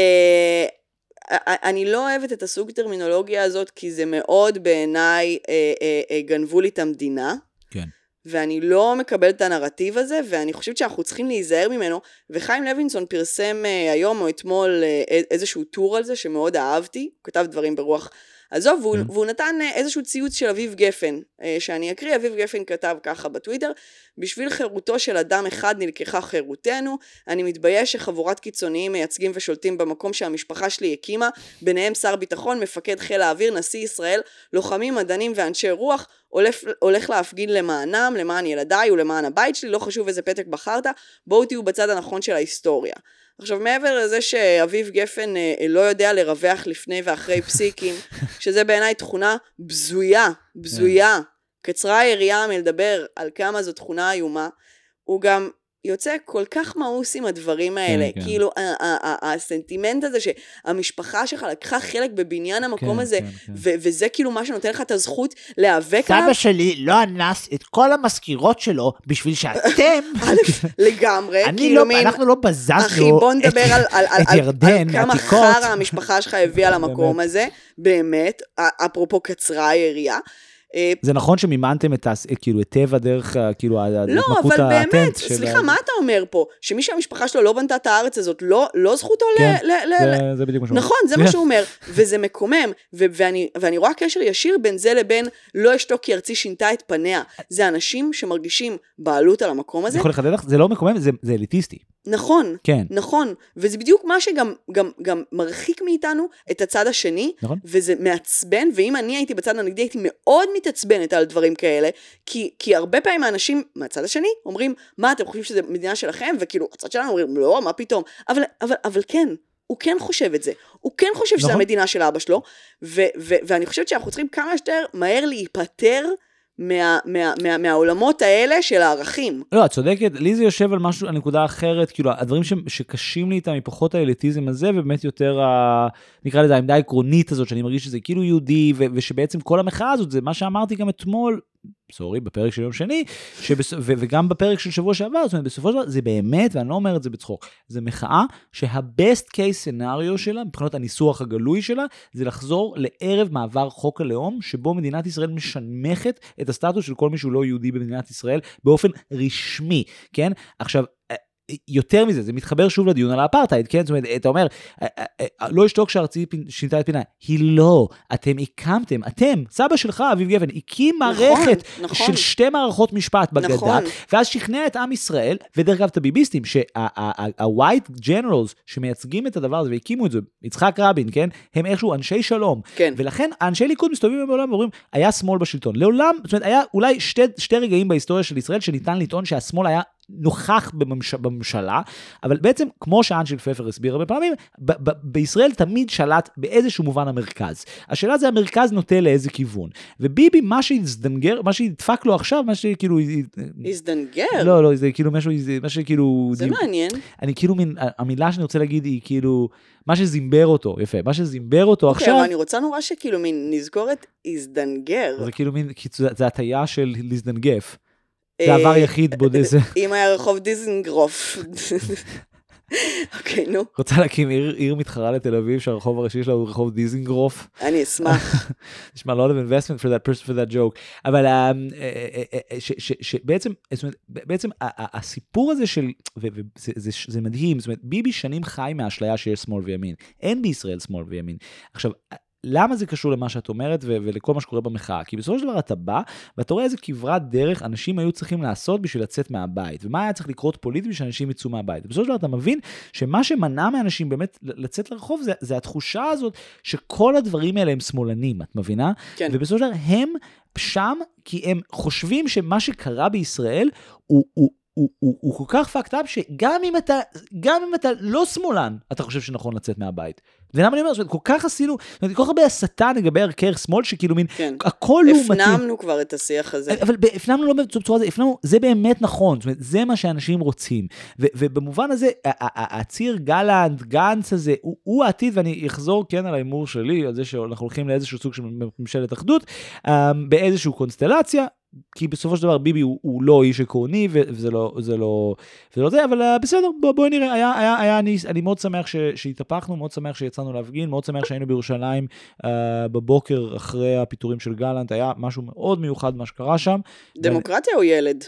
אני לא אוהבת את הסוג טרמינולוגיה הזאת, כי זה מאוד בעיניי גנבו לי את המדינה. כן. ואני לא מקבלת את הנרטיב הזה, ואני חושבת שאנחנו צריכים להיזהר ממנו, וחיים לוינסון פרסם היום או אתמול איזשהו טור על זה, שמאוד אהבתי, הוא כתב דברים ברוח עזוב, והוא, והוא נתן איזשהו ציוץ של אביב גפן, שאני אקריא, אביב גפן כתב ככה בטוויטר, בשביל חירותו של אדם אחד נלקחה חירותנו, אני מתבייש שחבורת קיצוניים מייצגים ושולטים במקום שהמשפחה שלי הקימה, ביניהם שר ביטחון, מפקד חיל האוויר, נשיא ישראל, לוחמים, מדענים ואנשי רוח, הולך, הולך להפגין למענם, למען ילדיי ולמען הבית שלי, לא חשוב איזה פתק בחרת, בואו תהיו בצד הנכון של ההיסטוריה. עכשיו, מעבר לזה שאביב גפן אה, לא יודע לרווח לפני ואחרי פסיקים, שזה בעיניי תכונה בזויה, בזויה, קצרה היריעה מלדבר על כמה זו תכונה איומה, הוא גם יוצא כל כך מאוס עם הדברים האלה, כן, כאילו כן. הסנטימנט הזה שהמשפחה שלך לקחה חלק בבניין המקום כן, הזה, כן, כן. ו- וזה כאילו מה שנותן לך את הזכות להיאבק עליו. סבא שלי לא אנס את כל המזכירות שלו בשביל שאתם... לגמרי, אני כאילו לא, מין... אנחנו לא בזזנו אחי, בוא נדבר את, על, על, על, את על, ירדן, על כמה עתיקות. חרא המשפחה שלך הביאה למקום הזה, באמת, אפרופו קצרה היריעה. זה נכון שמימנתם את, כאילו, את טבע דרך, כאילו, לא, אבל באמת, סליחה, מה אתה אומר פה? שמי שהמשפחה שלו לא בנתה את הארץ הזאת, לא, לא זכותו כן, ל... ל, זה, ל... זה בדיוק מה שהוא אומר. נכון, זה מה שהוא אומר, וזה מקומם, ו- ואני, ואני רואה קשר ישיר בין זה לבין לא אשתוק כי ארצי שינתה את פניה. זה אנשים שמרגישים בעלות על המקום הזה. אני יכול לחדד לך, זה לא מקומם, זה, זה אליטיסטי. נכון, כן. נכון, וזה בדיוק מה שגם גם, גם מרחיק מאיתנו את הצד השני, נכון. וזה מעצבן, ואם אני הייתי בצד הנגדי, הייתי מאוד מתעצבנת על דברים כאלה, כי, כי הרבה פעמים האנשים מהצד השני אומרים, מה, אתם חושבים שזה מדינה שלכם? וכאילו, הצד שלנו אומרים, לא, מה פתאום? אבל, אבל, אבל כן, הוא כן חושב את זה, הוא כן חושב שזה המדינה של אבא שלו, ו, ו, ואני חושבת שאנחנו צריכים כמה שיותר מהר להיפטר מה, מה, מה, מהעולמות האלה של הערכים. לא, את צודקת, לי זה יושב על משהו, על נקודה אחרת, כאילו, הדברים ש, שקשים לי איתם מפחות האליטיזם הזה, ובאמת יותר, ה, נקרא לזה, העמדה העקרונית הזאת, שאני מרגיש שזה כאילו יהודי, ו, ושבעצם כל המחאה הזאת, זה מה שאמרתי גם אתמול, סורי, בפרק של יום שני, שבס... ו- וגם בפרק של שבוע שעבר, זאת אומרת, בסופו של דבר, זה באמת, ואני לא אומר את זה בצחוק, זה מחאה שה-best case scenario שלה, מבחינת הניסוח הגלוי שלה, זה לחזור לערב מעבר חוק הלאום, שבו מדינת ישראל משנמכת את הסטטוס של כל מי שהוא לא יהודי במדינת ישראל, באופן רשמי, כן? עכשיו, יותר מזה, זה מתחבר שוב לדיון על האפרטהייד, כן? זאת אומרת, אתה אומר, לא ישתוק שארצי שינתה את פינה. היא לא, אתם הקמתם, אתם, סבא שלך, אביב גפן, הקים מערכת של שתי מערכות משפט בגדה, ואז שכנע את עם ישראל, ודרך אגב את הביביסטים, שה-white generals שמייצגים את הדבר הזה, והקימו את זה, יצחק רבין, כן? הם איכשהו אנשי שלום, ולכן האנשי ליכוד מסתובבים בעולם ואומרים, היה שמאל בשלטון. לעולם, זאת אומרת, היה אולי שתי, שתי רגעים בהיסטוריה של ישראל, שניתן לטעון שהשמאל היה נוכח בממש... בממשלה, אבל בעצם, כמו שאנשל פפר הסביר הרבה פעמים, ב- ב- בישראל תמיד שלט באיזשהו מובן המרכז. השאלה זה המרכז נוטה לאיזה כיוון. וביבי, מה שהזדנגר, מה שהדפק לו עכשיו, מה שכאילו... הזדנגר? לא, לא, זה כאילו משהו, זה, מה שכאילו... זה מעניין. אני כאילו, מין, המילה שאני רוצה להגיד היא כאילו, מה שזימבר אותו, יפה, מה שזימבר אותו עכשיו... אוקיי, אבל אני רוצה נורא שכאילו מין נזכור את הזדנגר. זה כאילו מין, זה הטיה של להזדנגף. זה עבר יחיד בודד. אם היה רחוב דיזנגרוף. אוקיי, נו. רוצה להקים עיר מתחרה לתל אביב, שהרחוב הראשי שלה הוא רחוב דיזנגרוף. אני אשמח. נשמע, a lot of investment for that person, for that joke. אבל שבעצם, בעצם הסיפור הזה של, וזה מדהים, זאת אומרת, ביבי שנים חי מהאשליה שיש שמאל וימין. אין בישראל שמאל וימין. עכשיו, למה זה קשור למה שאת אומרת ו- ולכל מה שקורה במחאה? כי בסופו של דבר אתה בא, ואתה רואה איזה כברת דרך אנשים היו צריכים לעשות בשביל לצאת מהבית, ומה היה צריך לקרות פוליטי בשביל יצאו מהבית. בסופו של דבר אתה מבין שמה שמנע מאנשים באמת לצאת לרחוב, זה, זה התחושה הזאת שכל הדברים האלה הם שמאלנים, את מבינה? כן. ובסופו של דבר הם שם, כי הם חושבים שמה שקרה בישראל הוא... הוא הוא, הוא, הוא כל כך פאקט אפ שגם אם אתה, גם אם אתה לא שמאלן, אתה חושב שנכון לצאת מהבית. ולמה אני אומר, כל כך עשינו, כל כך הרבה הסתה לגבי ערכי שמאל, שכאילו מין, כן. הכל לעומתי. הפנמנו כבר את השיח הזה. אבל הפנמנו לא בצורה הזה, הפנמנו, זה באמת נכון, זאת אומרת, זה מה שאנשים רוצים. ו, ובמובן הזה, הציר גלנט, גנץ הזה, הוא, הוא העתיד, ואני אחזור כן על האימור שלי, על זה שאנחנו הולכים לאיזשהו סוג של ממשלת אחדות, באיזשהו קונסטלציה, כי בסופו של דבר ביבי הוא, הוא לא איש עקרוני, וזה לא, זה לא, זה לא זה, אבל uh, בסדר, בוא, בואי נראה, היה, היה, היה, אני, אני מאוד שמח ש, שהתהפכנו, מאוד שמח שיצאנו להפגין, מאוד שמח שהיינו בירושלים uh, בבוקר אחרי הפיטורים של גלנט, היה משהו מאוד מיוחד מה שקרה שם. דמוקרטיה או ילד?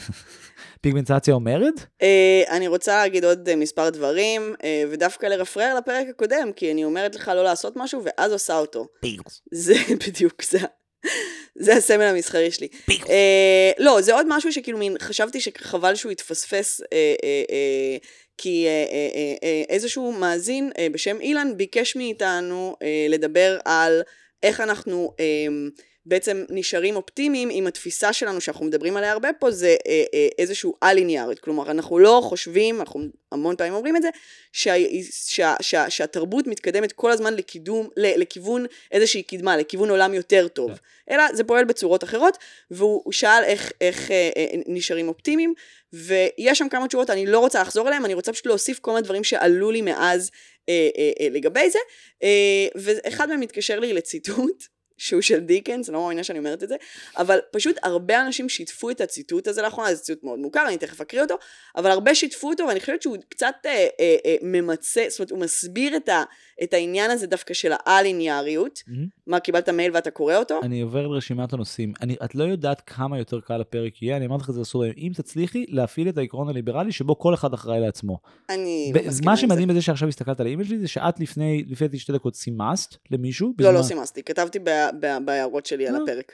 פיגמנטציה אומרת? Uh, אני רוצה להגיד עוד uh, מספר דברים, uh, ודווקא לרפרר לפרק הקודם, כי אני אומרת לך לא לעשות משהו, ואז עושה אותו. פיגלס. זה בדיוק זה. זה הסמל המסחרי שלי. אה, לא, זה עוד משהו שכאילו מין, חשבתי שחבל שהוא יתפספס, אה, אה, אה, כי אה, אה, אה, איזשהו מאזין אה, בשם אילן ביקש מאיתנו אה, לדבר על איך אנחנו אה, בעצם נשארים אופטימיים עם התפיסה שלנו שאנחנו מדברים עליה הרבה פה, זה אה, אה, איזשהו על-ליניארית. כלומר, אנחנו לא חושבים, אנחנו המון פעמים אומרים את זה, שה, שה, שה, שהתרבות מתקדמת כל הזמן לקידום, לכיוון איזושהי קדמה, לכיוון עולם יותר טוב. אלא זה פועל בצורות אחרות, והוא שאל איך, איך אה, אה, נשארים אופטימיים, ויש שם כמה תשובות, אני לא רוצה לחזור אליהם, אני רוצה פשוט להוסיף כל מיני דברים שעלו לי מאז אה, אה, אה, לגבי זה, אה, ואחד מהם מתקשר לי לציטוט, שהוא של דיקנס, אני לא מאמינה שאני אומרת את זה, אבל פשוט הרבה אנשים שיתפו את הציטוט הזה לאחרונה, זה ציטוט מאוד מוכר, אני תכף אקריא אותו, אבל הרבה שיתפו אותו, ואני חושבת שהוא קצת אה, אה, אה, ממצא, זאת אומרת, הוא מסביר את, ה, את העניין הזה דווקא של העל-ליניאריות, mm-hmm. מה, קיבלת מייל ואתה קורא אותו? אני עובר לרשימת הנושאים, אני, את לא יודעת כמה יותר קל הפרק יהיה, אני אמרתי לך את זה לסור, אם תצליחי להפעיל את העקרון הליברלי, שבו כל אחד אחראי לעצמו. אני ב- לא מסכימה מה שמדהים בזה שעכשיו הסתכלת על האימייל שלי, זה שאת לפני, לפני שתי דקות סימסת למישהו. לא, לא סימסתי, כתבתי ב- ב- בהערות שלי על הפרק.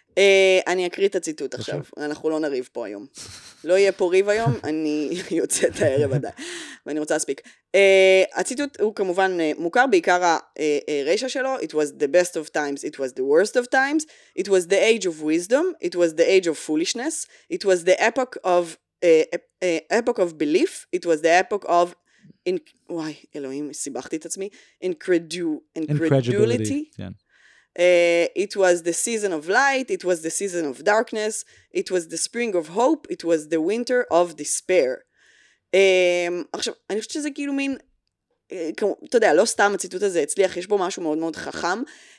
אני אקריא את הציטוט עכשיו, אנחנו לא נריב פה היום. לא יהיה פה ריב היום, אני יוצאת הערב עדיין, ואני רוצה להספיק. הציטוט הוא כמובן מוכר, בעיקר הרשע שלו, it was the best of times, it was the worst of times, it was the age of wisdom, it was the age of foolishness, it was the epoch of, epoch of belief, it was the epoch of, וואי, אלוהים, סיבכתי את עצמי, incredulity, Uh, it was the season of light, it was the season of darkness, it was the spring of hope, it was the winter of despair. Um, עכשיו, אני חושבת שזה כאילו מין אתה יודע, לא סתם הציטוט הזה הצליח, יש בו משהו מאוד מאוד חכם,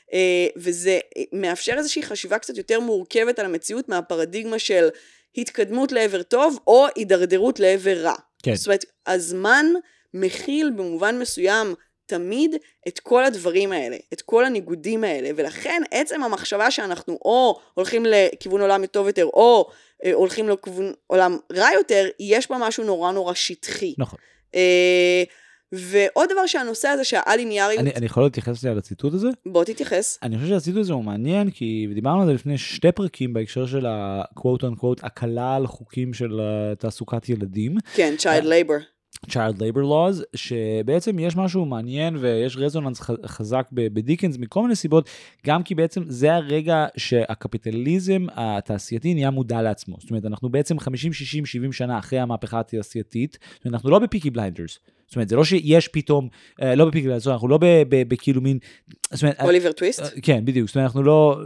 וזה מאפשר איזושהי חשיבה קצת יותר מורכבת על המציאות מהפרדיגמה של התקדמות לעבר טוב, או הידרדרות לעבר רע. כן. זאת אומרת, הזמן מכיל במובן מסוים תמיד את כל הדברים האלה, את כל הניגודים האלה, ולכן עצם המחשבה שאנחנו או הולכים לכיוון עולם טוב יותר, או אה, הולכים לכיוון עולם רע יותר, יש בה משהו נורא נורא שטחי. נכון. אה, ועוד דבר שהנושא הזה שהאליניאריות... אני, אני יכול להתייחס על הציטוט הזה? בוא תתייחס. אני חושב שהציטוט הזה הוא מעניין, כי דיברנו על זה לפני שתי פרקים בהקשר של ה-quote on quote, הקלה על חוקים של תעסוקת ילדים. כן, child labor. child labor laws, שבעצם יש משהו מעניין ויש רזוננס חזק בדיקנס מכל מיני סיבות, גם כי בעצם זה הרגע שהקפיטליזם התעשייתי נהיה מודע לעצמו. זאת אומרת, אנחנו בעצם חמישים, שישים, שבעים שנה אחרי המהפכה התעשייתית, אנחנו לא בפיקי בליינדרס. זאת אומרת, זה לא שיש פתאום, לא בפיקי בליינדרס, אנחנו לא בכאילו מין... אוליבר טוויסט? כן, בדיוק. זאת אומרת, אנחנו לא...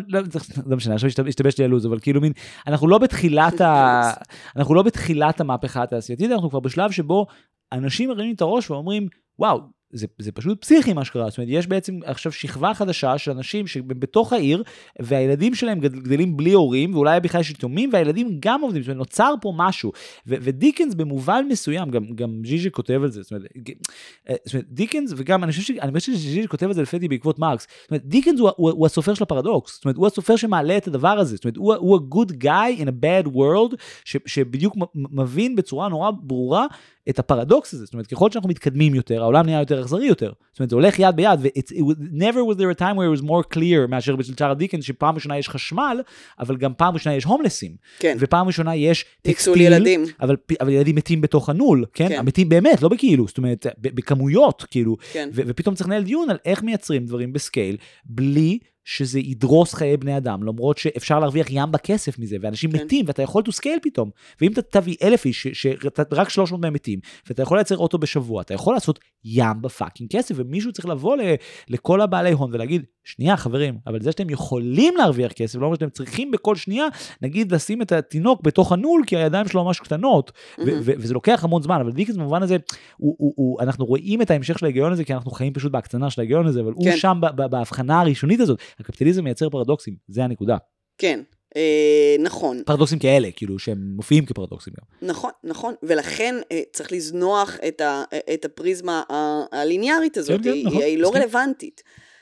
לא משנה, עכשיו השתבש לי הלוז, אבל כאילו מין, אנחנו לא בתחילת ה... אנחנו לא בתחילת המהפכה התעשייתית, אנחנו כבר בשלב שבו אנשים מרימים את הראש ואומרים, וואו, זה, זה פשוט פסיכי מה שקרה, זאת אומרת, יש בעצם עכשיו שכבה חדשה של אנשים שבתוך העיר, והילדים שלהם גדלים בלי הורים, ואולי בכלל יש יתומים, והילדים גם עובדים, זאת אומרת, נוצר פה משהו, ו- ודיקנס במובן מסוים, גם, גם ז'יז'י כותב על זה, זאת אומרת, זאת אומרת, דיקנס, וגם אני חושב, אני חושב שז'יז'י כותב על זה לפי בעקבות מרקס, זאת אומרת, דיקנס הוא, הוא, הוא הסופר של הפרדוקס, זאת אומרת, הוא הסופר שמעלה את הדבר הזה, זאת אומרת, הוא, הוא a good guy in a bad world, ש, שבדיוק מבין בצורה נורא ברורה, את הפרדוקס הזה, זאת אומרת, ככל שאנחנו מתקדמים יותר, העולם נהיה יותר אכזרי יותר, זאת אומרת, זה הולך יד ביד, ו-never was there a time where it was more clear, מאשר בשביל צ'ארלס דיקנס, שפעם ראשונה יש חשמל, אבל גם פעם ראשונה יש הומלסים, כן. ופעם ראשונה יש טקסטיל, ילדים. אבל, אבל ילדים מתים בתוך הנול, כן? כן. המתים באמת, לא בכאילו, זאת אומרת, בכמויות, כאילו, כן. ו- ופתאום צריך לנהל דיון על איך מייצרים דברים בסקייל, בלי שזה ידרוס חיי בני אדם, למרות שאפשר להרוויח ים בכסף מזה, ואנשים כן. מתים, ואתה יכול to scale פתאום, ואם אתה תביא אלף איש, שרק שלוש מאות מהם מתים, ואתה יכול לייצר אוטו בשבוע, אתה יכול לעשות ים בפאקינג כסף, ומישהו צריך לבוא ל- לכל הבעלי הון, ולהגיד, שנייה חברים, אבל זה שאתם יכולים להרוויח כסף, לא אומר שאתם צריכים בכל שנייה, נגיד לשים את התינוק בתוך הנול, כי הידיים שלו ממש קטנות, mm-hmm. ו- ו- וזה לוקח המון זמן, אבל דיקנס במובן הזה, הוא, הוא, הוא, אנחנו רואים את ההמשך של ההיגיון הזה, כי אנחנו חיים פשוט בהקצנה של ההיגיון הזה, אבל כן. הוא שם ב- ב- בהבחנה הראשונית הזאת, הקפיטליזם מייצר פרדוקסים, זה הנקודה. כן, אה, נכון. פרדוקסים כאלה, כאילו, שהם מופיעים כפרדוקסים גם. נכון, נכון, ולכן אה, צריך לזנוח את, ה, את הפריזמה הליניארית הזאת, כן, היא, נכון, היא לא רלוונטית.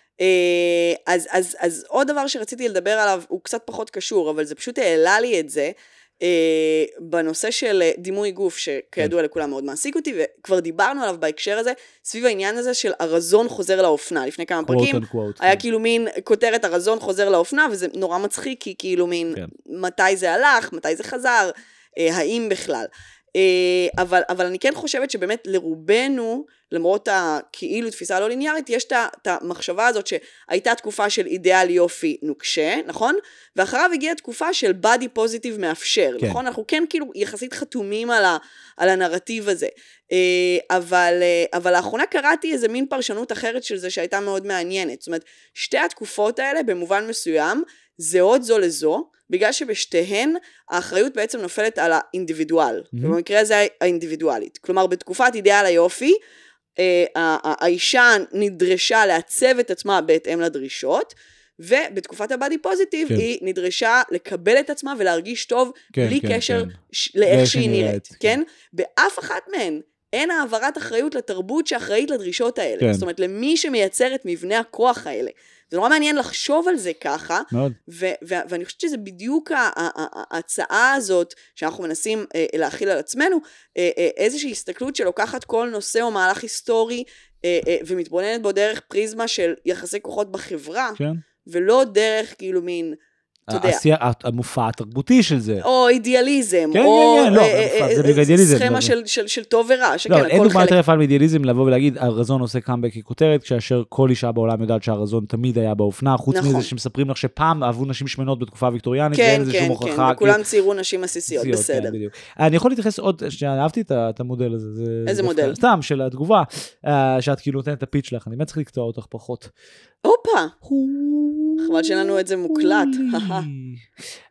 אז, אז, אז עוד דבר שרציתי לדבר עליו, הוא קצת פחות קשור, אבל זה פשוט העלה לי את זה, בנושא של דימוי גוף, שכידוע לכולם מאוד מעסיק אותי, וכבר דיברנו עליו בהקשר הזה, סביב העניין הזה של הרזון חוזר לאופנה, לפני כמה פרקים, היה כאילו מין כותרת הרזון חוזר לאופנה, וזה נורא מצחיק, כי כאילו מין מתי זה הלך, מתי זה חזר, האם בכלל. אבל, אבל אני כן חושבת שבאמת לרובנו, למרות הכאילו תפיסה לא ליניארית, יש את המחשבה הזאת שהייתה תקופה של אידיאל יופי נוקשה, נכון? ואחריו הגיעה תקופה של בדי פוזיטיב מאפשר, כן. נכון? אנחנו כן כאילו יחסית חתומים על, ה, על הנרטיב הזה. אבל, אבל לאחרונה קראתי איזה מין פרשנות אחרת של זה שהייתה מאוד מעניינת. זאת אומרת, שתי התקופות האלה במובן מסוים, זהות זו לזו, בגלל שבשתיהן האחריות בעצם נופלת על האינדיבידואל, mm-hmm. ובמקרה הזה האינדיבידואלית. כלומר, בתקופת אידיאל היופי, האישה נדרשה לעצב את עצמה בהתאם לדרישות, ובתקופת הבאדי פוזיטיב כן. היא נדרשה לקבל את עצמה ולהרגיש טוב, כן, בלי כן, קשר כן. לאיך שהיא נראית. כן? כן? באף אחת מהן אין העברת אחריות לתרבות שאחראית לדרישות האלה. כן. זאת אומרת, למי שמייצר את מבנה הכוח האלה. זה נורא מעניין לחשוב על זה ככה, ו- ו- ואני חושבת שזה בדיוק ההצעה הזאת, שאנחנו מנסים אה, להכיל על עצמנו, אה, אה, איזושהי הסתכלות שלוקחת כל נושא או מהלך היסטורי, אה, אה, ומתבוננת בו דרך פריזמה של יחסי כוחות בחברה, כן. ולא דרך כאילו מין, אתה יודע. המופע התרבותי של זה. או אידיאליזם, כן, או כן, כן, לא, סכמה של, של, של טוב ורע. לא, אין דוגמה יותר יפה מאידיאליזם לבוא ולהגיד, הרזון עושה קאמבק ככותרת, כאשר כל אישה בעולם יודעת שהרזון תמיד היה באופנה, חוץ מזה שמספרים לך שפעם אהבו נשים שמנות בתקופה הוויקטוריאנית, כן, כן, כן, וכולם ציירו נשים עסיסיות, בסדר. אני יכול להתייחס עוד, שאהבתי את המודל הזה. איזה מודל? סתם, של התגובה, שאת כאילו נותנת את הפיץ' שלך, אני באמת צריך לקטוע אותך פחות. אופה, חבל שלנו את זה מוקלט.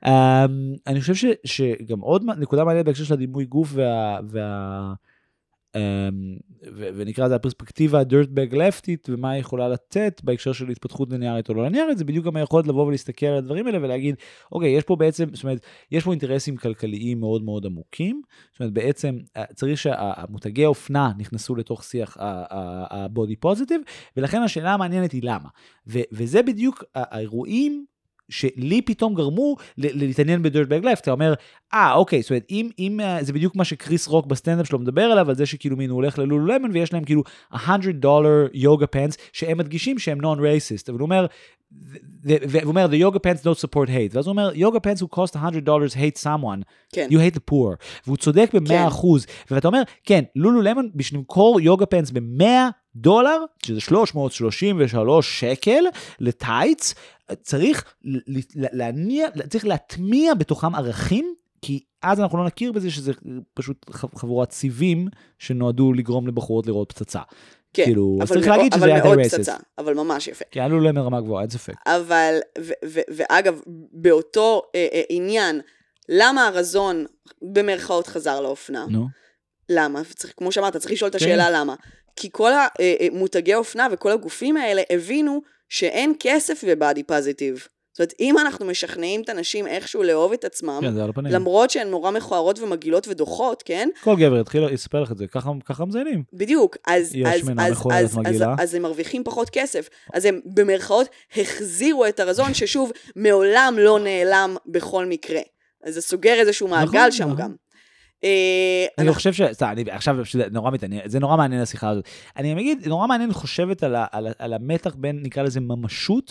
אני חושב שגם עוד נקודה מעניינת בהקשר של הדימוי גוף ונקרא זה הפרספקטיבה הדירטבג לפטית, ומה היא יכולה לתת בהקשר של התפתחות ליניארית או לא ליניארית, זה בדיוק גם היכולת לבוא ולהסתכל על הדברים האלה ולהגיד, אוקיי, יש פה בעצם, זאת אומרת, יש פה אינטרסים כלכליים מאוד מאוד עמוקים, זאת אומרת, בעצם צריך שהמותגי האופנה נכנסו לתוך שיח הבודי פוזיטיב, ולכן השאלה המעניינת היא למה. וזה בדיוק האירועים שלי פתאום גרמו להתעניין בדירטבג לפט, אתה אומר, אה, אוקיי, זאת אומרת, אם, אם, זה בדיוק מה שקריס רוק בסטנדאפ שלו מדבר עליו, על זה שכאילו מין הוא הולך ללולולמון, ויש להם כאילו one hundred dollar יוגה פנס, שהם מדגישים שהם non-racist, אבל הוא אומר, והוא אומר, the yoga pants don't support hate, ואז הוא אומר, yoga pants who cost one hundred dollars hate someone, כן. you hate the poor, והוא צודק ב-מאה אחוז, כן. ואתה אומר, כן, לולולמון, בשביל למכור יוגה פנס ב-מאה דולר, שזה שלוש מאות שלושים ושלוש שקל, לטייץ, צריך להניע, צריך להטמיע בתוכם ערכים, כי אז אנחנו לא נכיר בזה שזה פשוט חבורת סיבים שנועדו לגרום לבחורות לראות פצצה. כן, כאילו, אבל, צריך להגיד שזה היה מאוד פצצה, אבל ממש יפה. כי עלו להם רמה גבוהה, אין ספק. אבל, ו- ו- ואגב, באותו אה, אה, עניין, למה הרזון במרכאות חזר לאופנה? נו. למה? צריך, כמו שאמרת, צריך לשאול את השאלה למה. כי כל המותגי אופנה וכל הגופים האלה הבינו שאין כסף בבאדי פוזיטיב. זאת אומרת, אם אנחנו משכנעים את אנשים איכשהו לאהוב את עצמם, כן, למרות שהן נורא מכוערות ומגעילות ודוחות, כן? כל גבר יתחיל לספר לך את זה, ככה, ככה מזיינים. בדיוק, אז, אז, אז, אז, אז, אז הם מרוויחים פחות כסף. אז הם במרכאות החזירו את הרזון, ששוב, מעולם לא נעלם בכל מקרה. אז זה סוגר איזשהו מעגל שם גם. אני חושב ש... עכשיו, נורא מתעניין, זה נורא מעניין השיחה הזאת. אני אגיד, נורא מעניין חושבת על המתח בין, נקרא לזה, ממשות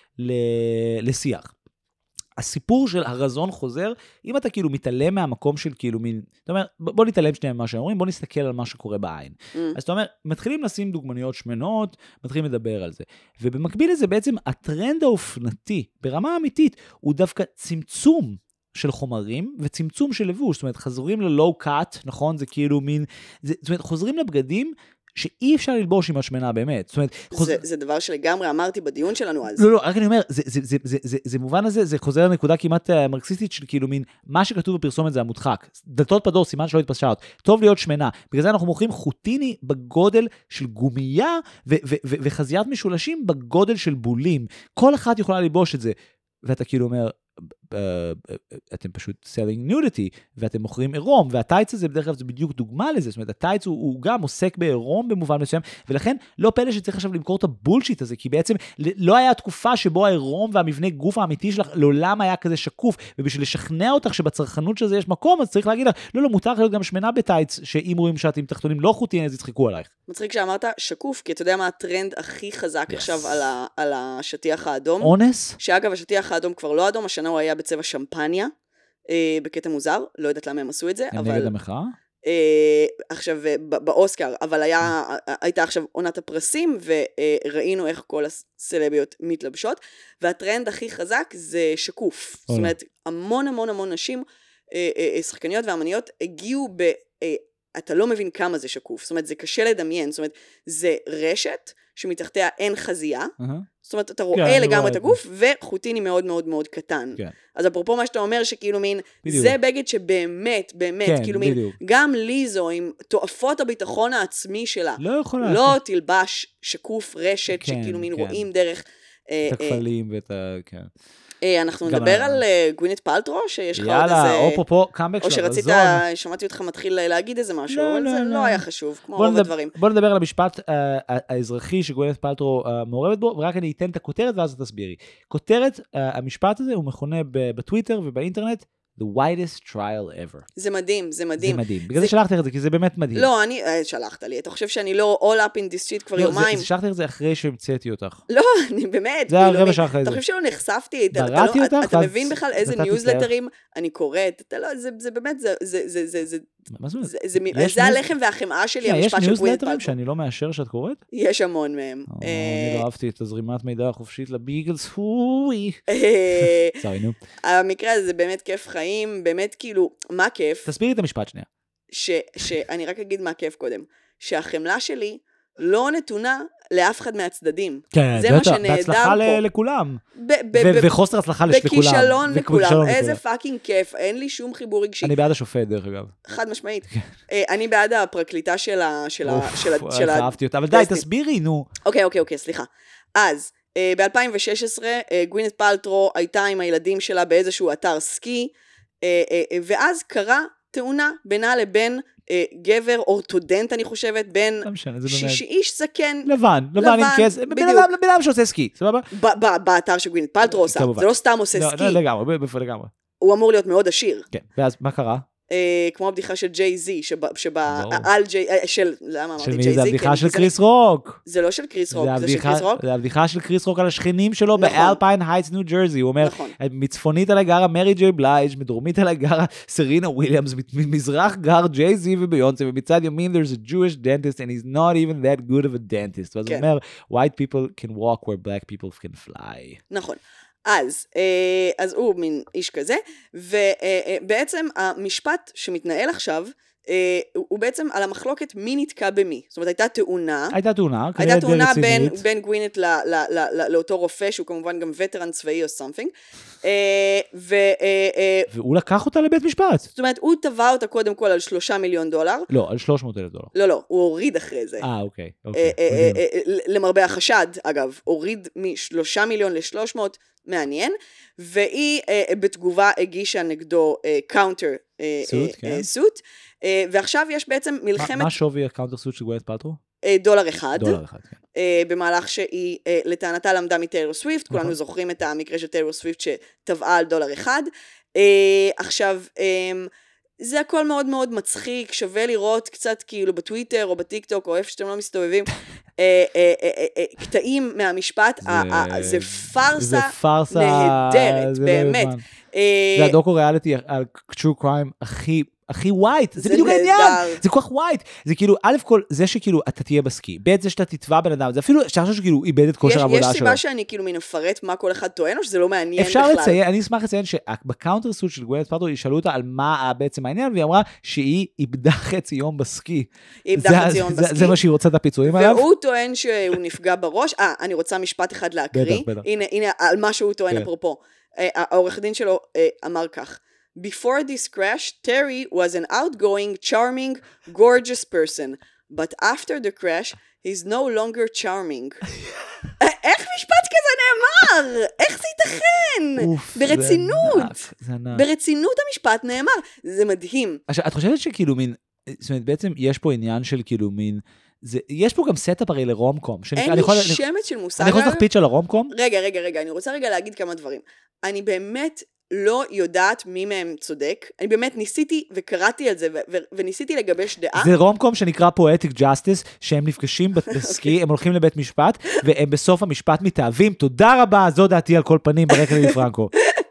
לשיח. הסיפור של הרזון חוזר, אם אתה כאילו מתעלם מהמקום של כאילו מין, זאת אומרת, בוא נתעלם שנייה ממה שאומרים, בוא נסתכל על מה שקורה בעין. Mm. אז זאת אומרת, מתחילים לשים דוגמניות שמנות, מתחילים לדבר על זה. ובמקביל לזה בעצם הטרנד האופנתי, ברמה אמיתית, הוא דווקא צמצום של חומרים וצמצום של לבוש. זאת אומרת, חזורים ללואו קאט, נכון? זה כאילו מין, זה, זאת אומרת, חוזרים לבגדים, שאי אפשר ללבוש עם השמנה באמת. זאת אומרת, חוז... זה, זה דבר שלגמרי אמרתי בדיון שלנו אז. לא, לא, רק אני אומר, זה, זה, זה, זה, זה, זה מובן הזה, זה חוזר לנקודה כמעט מרקסיסטית של כאילו מין, מה שכתוב בפרסומת זה המודחק. דלתות פדור, סימן שלא התפשט. טוב להיות שמנה. בגלל זה אנחנו מוכרים חוטיני בגודל של גומייה, ו- ו- ו- וחזיית משולשים בגודל של בולים. כל אחד יכולה ללבוש את זה. ואתה כאילו אומר, אתם פשוט selling nudity, ואתם מוכרים עירום, והטייץ הזה בדרך כלל זה בדיוק דוגמה לזה, זאת אומרת, הטייץ הוא, הוא גם עוסק בעירום במובן מסוים, ולכן לא פלא שצריך עכשיו למכור את הבולשיט הזה, כי בעצם לא היה תקופה שבו העירום והמבנה גוף האמיתי שלך לעולם היה כזה שקוף, ובשביל לשכנע אותך שבצרכנות של זה יש מקום, אז צריך להגיד לך, לא, לא, מותר להיות גם שמנה בטייץ, שאם רואים שאת עם תחתונים לא חוטיים, אז יצחקו עלייך. מצחיק שאמרת שקוף, כי אתה יודע מה הטרנד הכי חזק yes. עכשיו על, ה, על השטיח האדום? אונס? שאגב, השטיח האדום כבר לא אדום, השנה הוא היה בצבע שמפניה, אה, בקטע מוזר, לא יודעת למה הם עשו את זה, אבל... נגד המחאה? אה, עכשיו, באוסקר, אבל היה, הייתה עכשיו עונת הפרסים, וראינו איך כל הסלביות מתלבשות, והטרנד הכי חזק זה שקוף. זאת אומרת, המון המון המון נשים, אה, אה, שחקניות ואמניות, הגיעו ב... אה, אתה לא מבין כמה זה שקוף, זאת אומרת, זה קשה לדמיין, זאת אומרת, זה רשת שמתחתיה אין חזייה, uh-huh. זאת אומרת, אתה רואה כן, לגמרי את הגוף, וחוטיני מאוד מאוד מאוד קטן. כן. אז אפרופו מה שאתה אומר, שכאילו מין, בדיוק. זה בגד שבאמת, באמת, כן, כאילו מין, גם ליזו, עם תועפות הביטחון העצמי שלה, לא יכולה. לא תלבש שקוף רשת, כן, שכאילו מין כן. רואים דרך... את הכפלים ואת ה... כן. אנחנו נדבר על גווינית פלטרו, שיש לך עוד איזה... יאללה, או פה פה, קאמבק של הרזון. או שרצית, שמעתי אותך מתחיל להגיד איזה משהו, אבל זה לא היה חשוב, כמו רוב הדברים. בוא נדבר על המשפט האזרחי שגווינית פלטרו מעורבת בו, ורק אני אתן את הכותרת ואז תסבירי. כותרת, המשפט הזה הוא מכונה בטוויטר ובאינטרנט, the widest trial ever. זה מדהים, זה מדהים. זה מדהים. בגלל זה שלחתי את זה, כי זה באמת מדהים. לא, אני, שלחת לי. אתה חושב שאני לא all up in this shit כבר יומיים? לא, שלחתי את זה אחרי שהמצאתי אותך. לא, אני באמת. זה הרבע שעה אחרי זה. אתה חושב שלא נחשפתי? בראתי אותך? אתה מבין בכלל איזה ניוזלטרים אני קוראת? אתה לא, זה באמת, זה, זה, זה, זה, מה זאת אומרת? זה הלחם והחמאה שלי, המשפט של גווינית פלטרו. יש ניוזלטרים שאני לא מאשר שאת קוראת? יש המון מהם. אני לא אהבתי את הזרימת מידע החופשית לביגלס, סורי, נו. המקרה הזה באמת כיף חיים, באמת כאילו, מה כיף? תסבירי את המשפט שנייה. שאני רק אגיד מה כיף קודם. שהחמלה שלי לא נתונה לאף אחד מהצדדים. כן, זה מה שנהדר בהצלחה פה. לכולם. ב- ב- ב- וחוסר הצלחה לכולם. בכישלון לכולם. וכישלון איזה לכולם. פאקינג כיף, אין לי שום חיבור רגשי. אני בעד השופט, דרך אגב. חד משמעית. אה, אני בעד הפרקליטה של ה... של ה... של ה... של איך ה... אהבתי אותה, אבל די, טסטים. תסבירי, נו. אוקיי, אוקיי, אוקיי, סליחה. אז, אה, ב-אלפיים ושש עשרה, אה, גווינת' פלטרו הייתה עם הילדים שלה באיזשהו אתר סקי, אה, אה, אה, ואז קרה תאונה בינה לבין אה, גבר אורתודנט, אני חושבת, בין לא משנה, זה באמת. שיש איש זקן, לבן, לבן עם לבן, כסף, בן בדיוק. אדם, בן אדם שעושה סקי, סבבה? ב- ב- באתר שגווינת' פלטרו עושה, כמובן. זה לא סתם עושה לא, סקי, לא, לגמרי, בפ- לגמרי. הוא אמור להיות מאוד עשיר. כן, ואז מה קרה? אה, כמו הבדיחה של ג'יי זי, שבה, שבה ברור. על ג'יי, אה, של, למה אמרתי של ג'יי מי זי? זה הבדיחה כן, של זה- קריס רוק. זה לא של קריס רוק, זה זה של הבדיחה- קריס רוק? זה הבדיחה של קריס רוק על השכנים שלו נכון. באלפיין הייטס, ניו ג'רזי. הוא אומר, נכון. מצפונית עליי גרה מרי ג'יי בלייג', מדרומית עליי גרה סרינה וויליאמס, ממזרח גר ג'יי זי וביונסה, ומצד ימין there's a Jewish dentist and he's not even that good of a dentist. ואז הוא כן. אומר, white people can walk where black people can fly. נכון. אז, אה, אז הוא מין איש כזה, ובעצם המשפט שמתנהל עכשיו, אה, הוא הוא בעצם על המחלוקת מי נתקע במי. זאת אומרת, הייתה תאונה, הייתה תאונה, הייתה כנראה די תאונה בין, רצינית. בין גווינת' ל- ל- ל- ל- לאותו רופא, שהוא כמובן גם וטרן צבאי או something, אה, ו... אה, אה, והוא לקח אותה לבית משפט. זאת אומרת, הוא תבע אותה קודם כל על שלושה מיליון דולר, לא, על שלוש מאות אלף דולר. לא, לא, הוא הוריד אחרי זה. אה, אוקיי. אה, אוקיי. אה, אה, מדהים. אה, למרבה החשד, אגב, הוריד משלושה מיליון לשלוש מאות, מעניין, והיא אה, בתגובה הגישה נגדו קאונטר סוט, כן. סוט, ועכשיו יש בעצם מה- מלחמת מה שווי הקאונטר סוט של גווינת' פלטרו? אה, דולר אחד, דולר אחד, כן. אה, במהלך שהיא אה, לטענתה למדה מטיילור סוויפט, כולנו נכון. זוכרים את המקרה של טיילור סוויפט שטבעה על דולר אחד. אה, עכשיו, אה, זה הכל מאוד מאוד מצחיק, שווה לראות קצת כאילו בטוויטר או בטיק טוק או איפה שאתם לא מסתובבים, אה, אה, אה, אה, אה, קטעים מהמשפט, זה- אה, אה, זה פארסה זה פארסה נהדרת, זה לא באמת. יאומן. אה, זה הדוקו ריאליטי על true crime הכי הכי ווייט, זה זה בדיוק העניין, נהדר. זה כל כך ווייט, זה כאילו, א' כל, זה שכאילו אתה תהיה בסקי, ב' זה שאתה תתבע בן אדם, זה אפילו, שאתה חושב שכאילו איבד את כושר יש, העבודה יש שלו. סיבה שאני כאילו מן אפרט מה כל אחד טוען, או שזה לא מעניין אפשר בכלל? לציין, אני אשמח לציין שבקאונטר סוט של גווינת' פלטרו, ישאלו אותה על מה בעצם העניין, והיא אמרה שהיא איבדה חצי יום בסקי. היא איבדה זה- חצי יום זה- בסקי. זה מה שהיא רוצה את הפיצויים עליו. והוא טוען שהוא נפגע בראש. אה, אני רוצה משפט אחד להקריא. בטח, בטח. הנה, הנה, על מה שהוא טוען כן. אפרופו. אה, העורך דין שלו אה, אמר כך. Before this crash, Terry was an outgoing, charming, gorgeous person. But after the crash, he's no longer charming. אה, איך משפט כזה נאמר? איך זה ייתכן? אוף, זה ברצינות. ענק, זה ענק. ברצינות המשפט נאמר. זה מדהים. עכשיו, את חושבת שכאילו מין, זאת אומרת, בעצם יש פה עניין של כאילו מין, זה, יש פה גם סטאפ הרי לרום-קום. שאני- אין אני לי יכול- אני- שמץ של מושג. אני יכול על- לעשות פיץ' על הרום-קום? רגע, רגע, רגע, אני רוצה רגע להגיד כמה דברים. אני באמת לא יודעת מי מהם צודק. אני באמת ניסיתי וקראתי על זה, ו- ו- וניסיתי לגבש דעה. זה רום-קום שנקרא פואטיק ג'סטיס, שהם נפגשים בסקי, הם הולכים לבית משפט, והם בסוף המשפט מתאהבים. תודה רבה, זו דעתי על כל פנים ברקע לי פרנקו.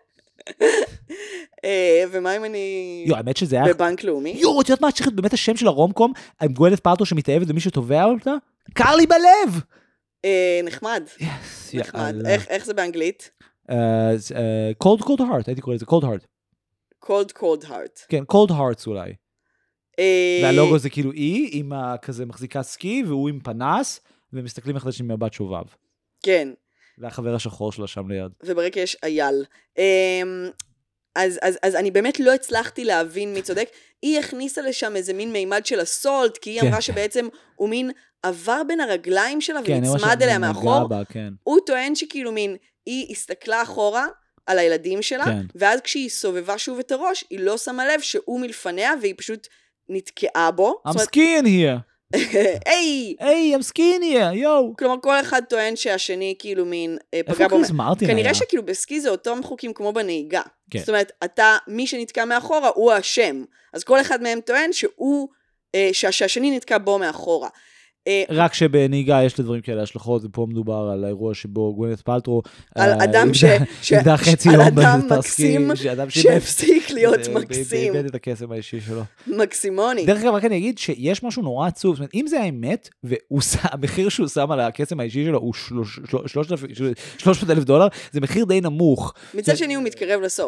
אה, ומה אם אני יו, האמת שזה היה... בבנק לאומי? יו, את יודעת מה צריך להיות באמת השם של הרום-קום, עם גווינת' פלטרו שמתאהבת ומי שתובע אותה? קר לי בלב! אה, נחמד, יס, נחמד. יאללה. איך- איך זה באנגלית? אה, זה, אה, cold cold heart, הייתי קורא לזה cold heart. cold cold heart. כן, cold hearts אולי. אה, והלוגו זה כאילו אי, עם ה- כזה מחזיקה סקי, והוא עם פנס, ומסתכלים אחד לשני מבט שובב. כן, והחבר השחור שלה שם ליד. וברקע יש אייל. אמ, אז, אז, אז אני באמת לא הצלחתי להבין מי צודק. היא הכניסה לשם איזה מין מימד של הסולט, כי היא כן. אמרה שבעצם הוא מין עבר בין הרגליים שלה כן, אני ונצמד אליה נגע מאחור. בה, כן. הוא טוען שכאילו מין, היא הסתכלה אחורה על הילדים שלה, כן. ואז כשהיא סובבה שוב את הראש, היא לא שמה לב שהוא מלפניה, והיא פשוט נתקעה בו. I'm זאת אומרת, skiing here. היי! היי, I'm skiing here, יואו. כלומר, כל אחד טוען שהשני כאילו מין אה, פגע איפה בו. קריס מרטין היה? כנראה שכאילו בסקי זה אותם חוקים כמו בנהיגה. כן. זאת אומרת, אתה, מי שנתקע מאחורה הוא האשם. אז כל אחד מהם טוען שהוא, אה, שה- שהשני נתקע בו מאחורה. אה, רק שבנהיגה יש לדברים כאלה השלכות, ופה מדובר על האירוע שבו גווינת' פלטרו... על אה, אדם ש- איבדה- ש- איבדה חצי על יום אדם בסקי, מקסים שאדם שאיבד- שהפסיק להיות אה, מקסים. ואיבד את הקסם האישי שלו. מקסימוני. דרך אגב, רק אני אגיד שיש משהו נורא עצוב, זאת אומרת, אם זה האמת, והמחיר שהוא שם על הקסם האישי שלו הוא שלוש מאות אלף דולר, זה מחיר די נמוך. מצד שני הוא מתקרב לסוף.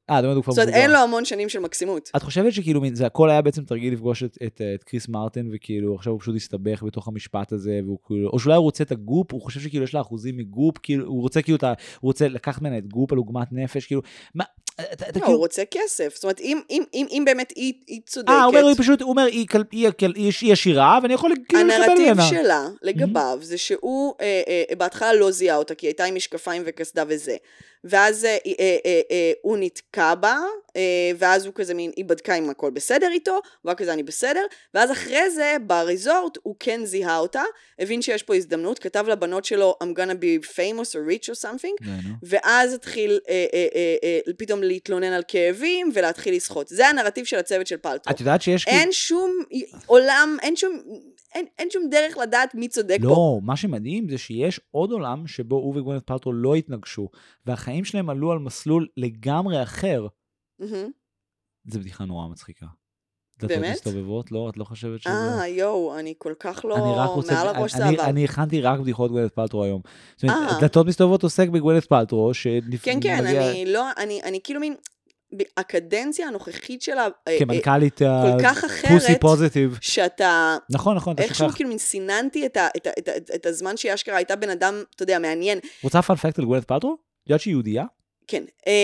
אה, זאת אומרת, הוא כבר זאת אומרת, מבוגר. אין לו המון שנים של מקסימות. את חושבת שכאילו, זה הכל היה בעצם תרגיל לפגוש את, את, את קריס מרטין, וכאילו, עכשיו הוא פשוט הסתבך בתוך המשפט הזה, והוא כאילו, או שאולי הוא רוצה את הגופ, הוא חושב שכאילו יש לה אחוזים מגופ, כאילו, הוא רוצה כאילו, הוא רוצה לקחת ממנה את גופ על עוגמת נפש, כאילו, מה, אתה, אתה לא, כאילו... הוא רוצה כסף. זאת אומרת, אם, אם, אם, אם באמת היא, היא צודקת... אה, הוא אומר, הוא פשוט, הוא אומר, היא, היא, היא, היא, היא עשירה, ואני יכול כאילו לקבל ממנה. הנרטיב שלה, לגביו, זה שהוא אה, אה, בהתחלה לא זיהה אותה, כי היא הייתה עם משקפיים וכסדה וזה. ואז אה, אה, אה, אה, הוא נתקע בה, אה, ואז הוא כזה מין, היא בדקה אם הכל בסדר איתו, והוא כזה אני בסדר, ואז אחרי זה, בריזורט, הוא כן זיהה אותה, הבין שיש פה הזדמנות, כתב לבנות שלו, I'm gonna be famous or rich or something, ואז התחיל אה, אה, אה, אה, פתאום להתלונן על כאבים, ולהתחיל לשחות. זה הנרטיב של הצוות של פלטרו. את יודעת שיש... אין שום עולם, אין שום... אין, אין שום דרך לדעת מי צודק לא, פה. לא, מה שמדהים זה שיש עוד עולם שבו הוא וגווינית פלטרו לא התנגשו, והחיים שלהם עלו על מסלול לגמרי אחר. Mm-hmm. זה בדיחה נורא מצחיקה. באמת? דלתות מסתובבות? לא, את לא חושבת שזה... אה, יואו, אני כל כך לא... אני רק רוצה... מעל הראש זה אני, עבר. אני הכנתי רק בדיחות גווינית פלטרו היום. זאת אומרת, אה. דלתות מסתובבות עוסק בגווינית פלטרו, שנפ... כן, כן, מגיע... אני לא... אני, אני כאילו מין... הקדנציה הנוכחית שלה... כמנכ"לית כל כך אחרת... פוסי פוזיטיב. שאתה... נכון, נכון, אתה איכשהו שוכח. כאילו מין סיננתי את, ה, את, ה, את, ה, את הזמן שהיא אשכרה הייתה בן אדם, אתה יודע, מעניין. רוצה פאנפקט על גווינית פלטרו? יודעת שהיא יהודייה? כן.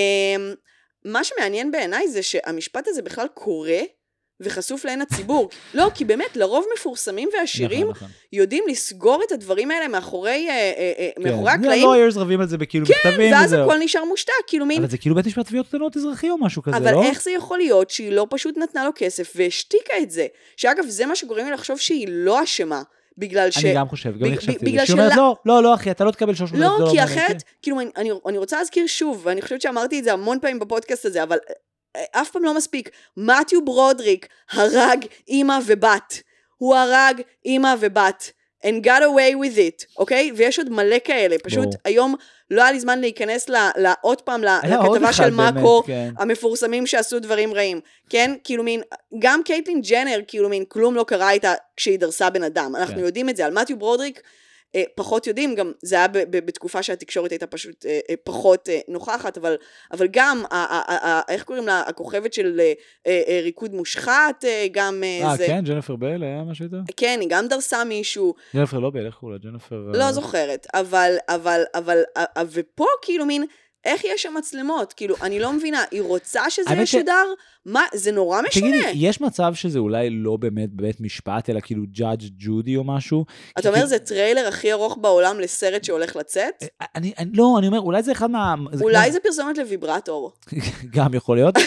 מה שמעניין בעיניי זה שהמשפט הזה בכלל קורה וחשוף לעין הציבור. לא, כי באמת, לרוב מפורסמים ועשירים נכון, נכון. יודעים לסגור את הדברים האלה מאחורי, כן. מאחורי הקלעים. הלוירס רבים על זה בכאילו כן, מכתבים ואז וזהו. הכל נשאר מושתק, כאילו מין... אבל זה כאילו בית משפט תביעות קטנות אזרחי או משהו כזה, אבל לא? איך זה יכול להיות שהיא לא פשוט נתנה לו כסף והשתיקה את זה? שאגב, זה מה שגורם לי לחשוב שהיא לא אשמה. בגלל ש... אני גם חושב, גם אני חשבתי. בגלל שהיא אומרת, שלה- לא, לא, לא, אחי, אתה לא תקבל שלוש מאות דולר. לא, כי ממני, אחרת, כן. כאילו, אני, אני, אני רוצה להזכיר שוב, ואני חושבת שאמרתי את זה המון פעמים בפודקאסט הזה, אבל אה, אף פעם לא מספיק. מתיו ברודריק הרג אמא ובת. הוא הרג אמא ובת. And got away with it, אוקיי? ויש עוד מלא כאלה. פשוט ברור. היום לא היה לי זמן להיכנס ל- ל- עוד פעם ל- היה עוד לכתבה אחד של באמת, מאקו, כן. המפורסמים שעשו דברים רעים. כן? כאילו מין, גם קייטלין ג'נר, כאילו מין, כלום לא קרה איתה כשהיא דרסה בן אדם. אנחנו כן. יודעים את זה. על מתיו ברודריק, אה, פחות יודעים, גם זה היה ב- ב- בתקופה שהתקשורת הייתה פשוט אה, אה, פחות אה, נוכחת, אבל, אבל גם, ה- ה- ה- ה- איך קוראים לה, הכוכבת של אה, אה, אה, ריקוד מושחת, אה, גם אה, אה, זה. כן, ג'נפר בייל היה משהו איתה? כן, היא גם דרסה מישהו, ג'נפר לא בייל, איך קוראים לה? ג'נפר... לא זוכרת, אבל, אבל, אבל, אבל, ופה כאילו מין, איך יש שם מצלמות? כאילו, אני לא מבינה, היא רוצה שזה האמת ש- ישודר? מה, זה נורא משנה. תגידי, יש מצב שזה אולי לא באמת בבית משפט, אלא כאילו ג'אדג' ג'ודי או משהו? אתה אומר, זה טריילר הכי ארוך בעולם לסרט שהולך לצאת? אני, אני, לא, אני אומר, אולי זה אחד מה... זה אולי כמו- זה פרסומת לוויברטור. גם יכול להיות,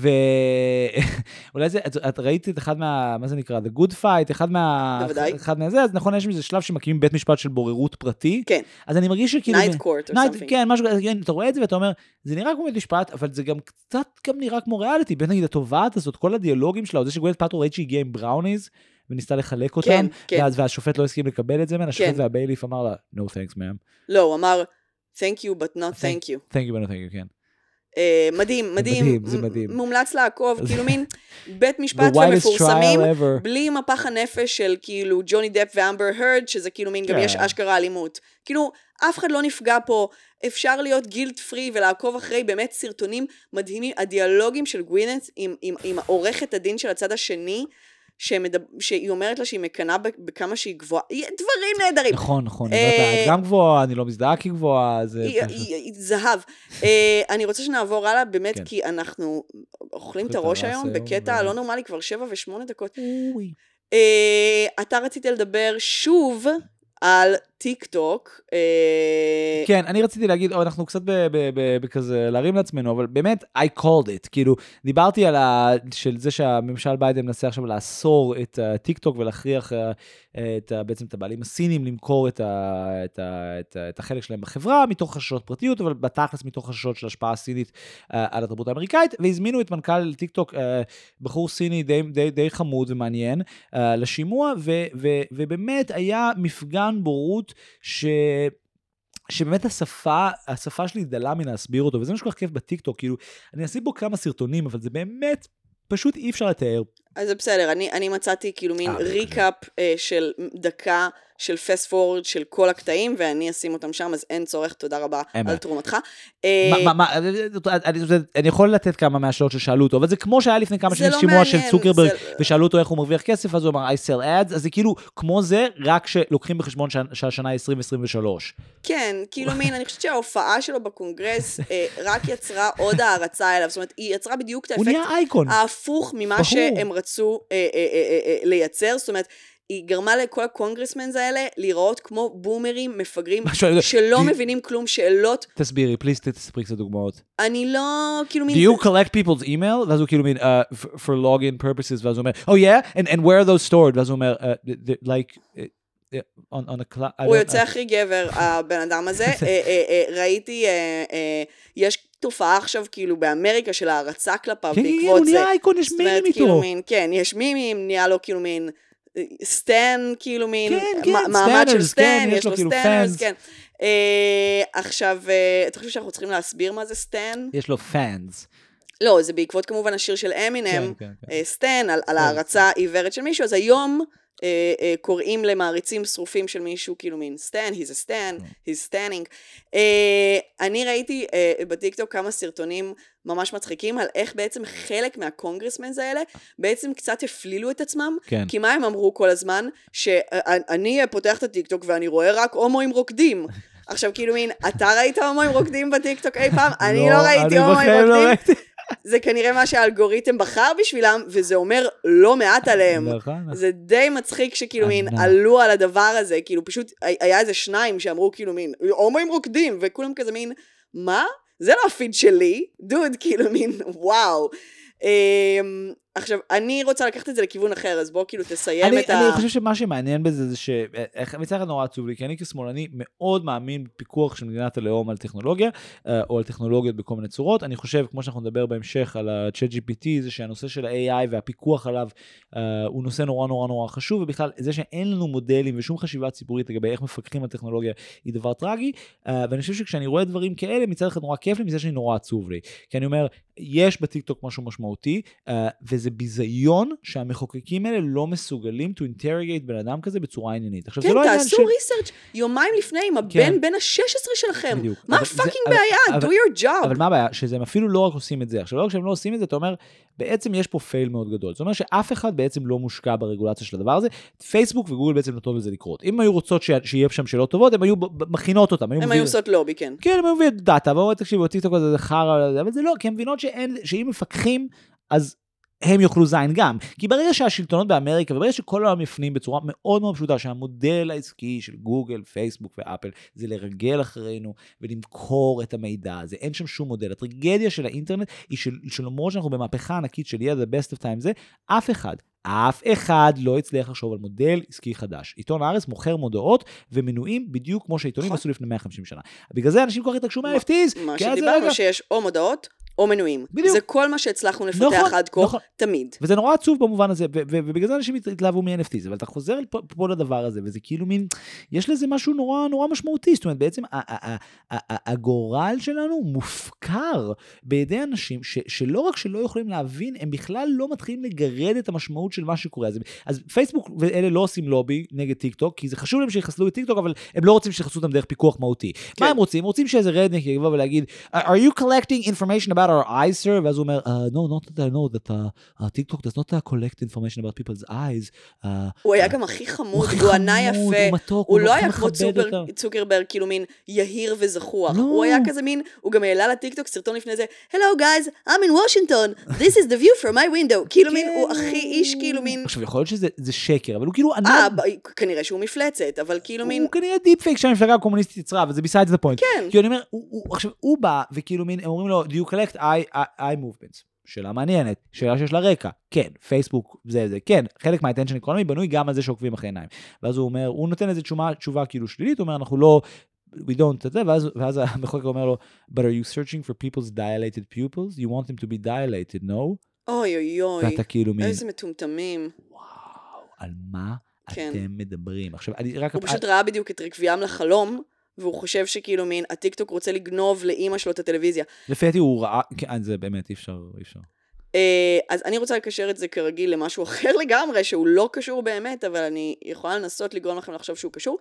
ואולי זה, את, את ראית את אחד מה, מה זה נקרא, The Good Fight, אחד מה... בוודאי. אחד מהזה, אז נכון, יש איזה שלב שמקימים בית משפט של בוררות פרטי, כן, אז אני מרגיש שכאילו... Night Court or Night- something. כן, משהו כזה, כן, אתה רואה את זה ואתה אומר, זה נראה כמו בית משפט, אבל זה גם קצת גם נראה כמו ריאליטי, בין נגיד התובעת הזאת, כל הדיאלוגים שלה, או זה שגווינית פלטרו ראית שהגיעה עם בראוניז, וניסתה לחלק אותם, כן, כן. ואז והשופט לא הסכים לקבל את זה, השופט כן. והבייליף אמר לה, no thanks ma'am, לא, הוא אמר, thank you but not thank you. thank you but no thank you, כן. אה, מדהים, מדהים. מדהים, זה מדהים. מומלץ לעקוב, כאילו מין בית משפט The widest ומפורסמים, trial ever. בלי מפח הנפש של כאילו ג'וני דפ ואמבר הרד, שזה כאילו מין גם כן. יש אשכרה אלימות. כאילו, אף אחד לא נפגע פה, אפשר להיות גילט פרי ולעקוב אחרי באמת סרטונים מדהימים, הדיאלוגים של גווינית עם, עם, עם עורכת הדין של הצד השני, שמדבר, שהיא אומרת לה שהיא מקנה בכמה שהיא גבוהה, דברים נהדרים. נכון, נכון, אה, היא אומרת לה, את גם גבוהה, אני לא מזדהה כגבוהה, זה... היא- היא- היא זהב. אה, אני רוצה שנעבור הלאה, באמת, כן. כי אנחנו אוכלים את את הראש הרס היום היום, בקטע ו- לא נורמלי, כבר שבע ושמונה דקות. אוי. אה, אתה רצית לדבר שוב על טיק טוק. אה, כן, אני רציתי להגיד, או, אנחנו קצת ב- ב- ב- בכזה להרים לעצמנו, אבל באמת, I called it, כאילו, דיברתי על ה... של זה שהממשל ביידן מנסה עכשיו לאסור את הטיק טוק ולהכריח אה, את, ה- בעצם את הבעלים הסינים למכור את, ה... את, ה... את, ה... את החלק שלהם בחברה, מתוך חששות פרטיות, אבל בתכלס מתוך חששות של השפעה סינית אה, על התרבות האמריקאית, והזמינו את מנכ"ל טיק טוק, אה, בחור סיני די, די, די חמוד ומעניין, אה, לשימוע, ו... ו... ובאמת היה מפגן בורות ש... שבאמת השפה, השפה שלי דלה מלהסביר אותו, וזה מה שכל כך כיף בטיקטוק, כאילו, אני אשים בו כמה סרטונים, אבל זה באמת, פשוט אי אפשר לתאר. אז זה בסדר, אני, אני מצאתי כאילו מין ריקאפ אה, של דקה, של פסט פורוורד של כל הקטעים, ואני אשים אותם שם, אז אין צורך, תודה רבה על תרומתך. אני יכול לתת כמה מהשאלות ששאלו אותו, אבל זה כמו שהיה לפני כמה שנים שימוע של צוקרברג, ושאלו אותו איך הוא מרוויח כסף, אז הוא אמר, I sell ads, אז זה כאילו כמו זה, רק שלוקחים בחשבון שהשנה עשרים עשרים ושלוש. כן, כאילו מין, אני חושבת שההופעה שלו בקונגרס רק יצרה עוד הערצה אליו, זאת אומרת, היא יצרה בדיוק את האפקט ההפוך ממה שהם רצו לייצר, זאת אומרת, היא גרמה לכל הקונגרסמנס האלה לראות כמו בומרים מפגרים שלא מבינים כלום, שאלות. תסבירי, פליז תספרי קצת דוגמאות. אני לא, כאילו מין... Do you collect people's email? ואז הוא כאילו מין, for login purposes, ואז הוא אומר, oh yeah? And where are those stored? ואז הוא אומר, like... הוא יוצא הכי גבר, הבן אדם הזה. ראיתי, יש תופעה עכשיו כאילו באמריקה של הערצה כלפיו בעקבות זה. הוא נהיה אייקון, יש מימים איתו. כן, יש מימים, נהיה לו כאילו מין... סטן, כאילו מין, מעמד של סטן, יש לו סטנרס, כן. עכשיו, אתה חושב שאנחנו צריכים להסביר מה זה סטן? יש לו פאנס. לא, זה בעקבות כמובן השיר של אמינם, סטן, על הערצה עיוורת של מישהו, אז היום קוראים למעריצים שרופים של מישהו, כאילו מין סטן, he's a stan, he's standing. אני ראיתי בטיקטוק כמה סרטונים ממש מצחיקים על איך בעצם חלק מהקונגרסמנס האלה בעצם קצת הפלילו את עצמם, כי מה הם אמרו כל הזמן? שאני פותח את הטיקטוק ואני רואה רק הומואים רוקדים. עכשיו כאילו מין, אתה ראית הומואים רוקדים בטיקטוק אי פעם? אני לא ראיתי הומואים רוקדים. זה כנראה מה שהאלגוריתם בחר בשבילם, וזה אומר לא מעט עליהם. זה די מצחיק שכאילו מין עלו על הדבר הזה, כאילו פשוט היה איזה שניים שאמרו כאילו מין, הומואים רוקדים, וכולם כזה מין, מה? זה לא הפיד שלי, דוד, כאילו מין, וואו. עכשיו, אני רוצה לקחת את זה לכיוון אחר, אז בוא כאילו תסיים את ה... אני חושב שמה שמעניין בזה זה ש... מצליח נורא עצוב לי, כי אני כשמאלני מאוד מאמין בפיקוח של מדינת הלאום על טכנולוגיה, או על טכנולוגיות בכל מיני צורות. אני חושב, כמו שאנחנו נדבר בהמשך על ה-צ'אט ג'י פי טי, זה שהנושא של ה-איי איי והפיקוח עליו הוא נושא נורא נורא נורא חשוב, ובכלל זה שאין לנו מודלים ושום חשיבה ציבורית לגבי איך מפקחים על טכנולוגיה היא דבר טרגי, ואני חושב שכשאני רואה דברים כאלה, מצד אחד נורא כיף לי, מצד שני נורא עצוב לי. כי אני אומר, יש בטיקטוק משהו משמעותי, וזה ביזיון שהמחוקקים האלה לא מסוגלים to interrogate בן אדם כזה בצורה עניינית. כן, תעשו ריסרצ' יומיים לפני עם הבן בן ה-שש עשרה שלכם. מה הפאקינג בעיה? do your job. אבל מה הבעיה? שהם אפילו לא רק עושים את זה. עכשיו, לא רק שהם לא עושים את זה, אתה אומר, בעצם יש פה פייל מאוד גדול. זאת אומרת שאף אחד בעצם לא מושקע ברגולציה של הדבר הזה. פייסבוק וגוגל בעצם נותנות לזה לקרות. אם היו רוצות שיהיה שם שאלות טובות, הם היו מכינות אותם. הם היו עושות לובי, כן. כן, הם היו מביאים דאטה, ואומרים, תקשיבו, הטיקטוק הזה זה חרא, אבל זה לא, כי הם מבינות שאין, שאם מפקחים, אז הם יוכלו זין גם. כי ברגע שהשלטונות באמריקה, וברגע שכל העולם יפנים בצורה מאוד מאוד פשוטה, שהמודל העסקי של גוגל, פייסבוק ואפל, זה לרגל אחרינו ולמכור את המידע הזה. אין שם שום מודל. הטרגדיה של האינטרנט היא של, שלמרות שאנחנו במהפכה ענקית של יהיה the best of time זה, אף אחד, אף אחד לא הצליח לחשוב על מודל עסקי חדש. עיתון הארץ מוכר מודעות ומנויים בדיוק כמו שהעיתונים עשו לפני מאה וחמישים שנה. בגלל זה אנשים כל כך התרגשו מה-אף טי איז. מה שדיברנו שיש או מודעות, או מנויים. בדיוק. זה כל מה שהצלחנו לפתח נכון, עד כה, נכון. תמיד. וזה נורא עצוב במובן הזה, ובגלל זה אנשים התלהבו מ-אן אף טיז, אבל אתה חוזר פה, פה לדבר הזה, וזה כאילו מין, יש לזה משהו נורא, נורא משמעותי, זאת אומרת, בעצם הגורל שלנו מופקר בידי אנשים ש, שלא רק שלא יכולים להבין, הם בכלל לא מתחילים לגרד את המשמעות של מה שקורה. אז, אז פייסבוק ואלה לא עושים לובי נגד טיק טוק, כי זה חשוב להם שיחסלו את טיק טוק, אבל הם לא רוצים שיחסלו אותם דרך פיקוח מהותי. כן. מה הם רוצים? הם רוצים שאיזה רדניק יבוא ולהגיד, are you collecting information about our eyes, sir? ואז הוא אומר, uh, no, not that I know that uh, uh, TikTok does not uh, collect information about people's eyes. Uh, הוא היה uh, גם הכי חמוד, הוא ענה יפה, הוא, מתוק, הוא, הוא לא היה כמו צוקר, צוקרברג, כאילו מין יהיר וזחוח. No. הוא היה כזה מין, הוא גם העלה לטיקטוק סרטון לפני זה, hello guys, I'm in Washington, this is the view from my window. כאילו מין, הוא הכי איש, כאילו מין... עכשיו, יכול להיות שזה שקר, אבל הוא כאילו... אה, כנראה שהוא מפלצת, אבל כאילו מין... הוא כנראה דיפ פייק שהמפלגה הקומוניסטית יצרה, וזה besides the point. כן. כי אני אומר, עכשיו, הוא בא, וכאילו מין, הם אומרים לו, do you collect eye movements? שאלה מעניינת, שאלה שיש לה רקע. כן, פייסבוק, זה, זה, כן, חלק מהאטנשן אקונומי בנוי גם על זה שעוקבים אחרי עיניים. ואז הוא אומר, הוא נותן איזו תשובה, תשובה כאילו שלילית, הוא אומר, אנחנו לא, we don't, ואז, ואז המחוקק אומר לו, but are you searching for people's dilated pupils? You want them to be dilated, no? אוי אוי אוי, ואתה כאילו מין... איזה מטומטמים. וואו, על מה כן. אתם מדברים? עכשיו, אני רק... הוא פשוט ראה בדיוק את רקביים לחלום, והוא חושב שכאילו מין, הטיקטוק רוצה לגנוב לאמא שלו את הטלוויזיה. לפי דעתי הוא ראה, כן, זה באמת אי אפשר, אי אפשר. אז אני רוצה לקשר את זה כרגיל למשהו אחר לגמרי, שהוא לא קשור באמת, אבל אני יכולה לנסות לגרום לכם לחשוב שהוא קשור.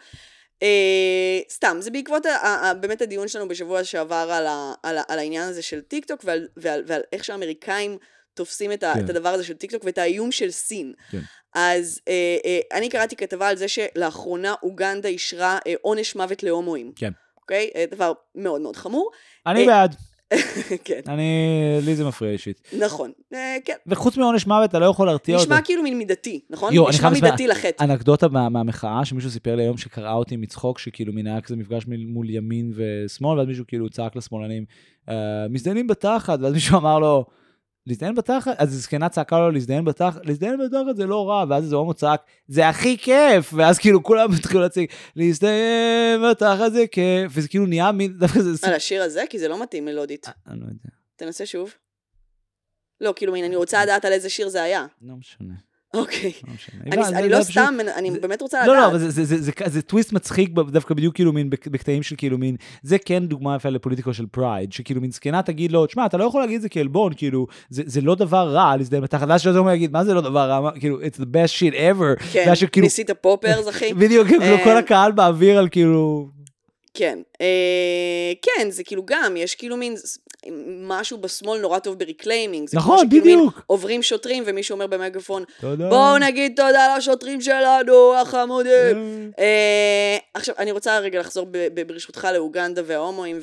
סתם, זה בעקבות באמת הדיון שלנו בשבוע שעבר על העניין הזה של טיק טוק, ועל איך שהאמריקאים תופסים את הדבר הזה של טיק טוק, ואת האיום של סין. אז אני קראתי כתבה על זה שלאחרונה אוגנדה אישרה עונש מוות להומואים. כן. אוקיי? דבר מאוד מאוד חמור. אני בעד. כן. אני, לי זה מפריע אישית. נכון, כן. וחוץ מעונש מוות, אתה לא יכול להרתיע אותו. נשמע כאילו מין מידתי, נכון? נשמע מידתי לחטא. אנקדוטה מהמחאה, שמישהו סיפר לי היום שקראה אותי מצחוק, שכאילו מן היה כזה מפגש מול ימין ושמאל, ואז מישהו כאילו צעק לשמאלנים, מזדיינים בתחת, ואז מישהו אמר לו, להזדיין בתחת? אז זקנה צעקה לו להזדיין בתחת, להזדיין בתחת זה לא רע, ואז איזה הומו צעק, זה הכי כיף, ואז כאילו כולם התחילו להציג, להזדיין בתחת זה כיף, וזה כאילו נהיה מין, על השיר הזה? כי זה לא מתאים מלודית. אני לא יודע. תנסה שוב. לא, כאילו, אני רוצה לדעת על איזה שיר זה היה. לא משנה. אוקיי. אני לא סתם, אני באמת רוצה לדעת. לא, לא, אבל זה טוויסט מצחיק דווקא בדיוק כאילו מין בקטעים של כאילו מין, זה כן דוגמה יפה לפוליטיקה של פרייד, שכאילו מין זקנה תגיד לו, תשמע, אתה לא יכול להגיד את זה כעלבון, כאילו, זה לא דבר רע להזדיין בתחת, ואז שאתה אומר להגיד, מה זה לא דבר רע? כאילו, it's the best shit ever. כן, ניסית פופרס, אחי. בדיוק, כל הקהל באוויר על כאילו... כן, כן, זה כאילו גם, יש כאילו מין משהו בשמאל נורא טוב בריקליימינג. נכון, בדיוק. עוברים שוטרים ומישהו אומר במגפון, בואו נגיד תודה לשוטרים שלנו, החמודים. עכשיו, אני רוצה רגע לחזור ברשותך לאוגנדה וההומואים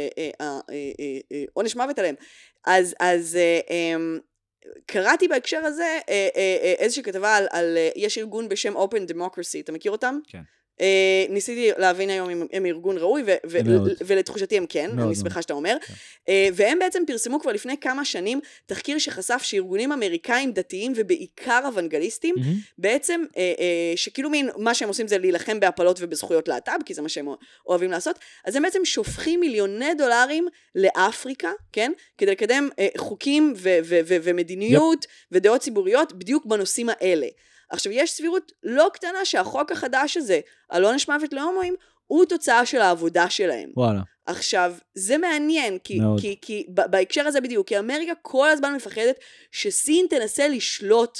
ועונש מוות עליהם. אז קראתי בהקשר הזה איזושהי כתבה על, יש ארגון בשם Open Democracy, אתה מכיר אותם? כן. Uh, ניסיתי להבין היום אם הם ארגון ראוי, ו- ו- ולתחושתי הם כן, אני שמחה שאתה אומר, uh, והם בעצם פרסמו כבר לפני כמה שנים תחקיר שחשף שארגונים אמריקאים דתיים ובעיקר אוונגליסטים, בעצם uh, uh, שכאילו מין, מה שהם עושים זה להילחם בהפלות ובזכויות להט"ב, כי זה מה שהם אוהבים לעשות, אז הם בעצם שופכים מיליוני דולרים לאפריקה, כן? כדי לקדם uh, חוקים ו- ו- ו- ומדיניות ודעות ציבוריות בדיוק בנושאים האלה. עכשיו, יש סבירות לא קטנה שהחוק החדש הזה, על עונש מוות להומואים, הוא תוצאה של העבודה שלהם. וואלה. עכשיו, זה מעניין, כי, כי, כי בהקשר הזה בדיוק, כי אמריקה כל הזמן מפחדת שסין תנסה לשלוט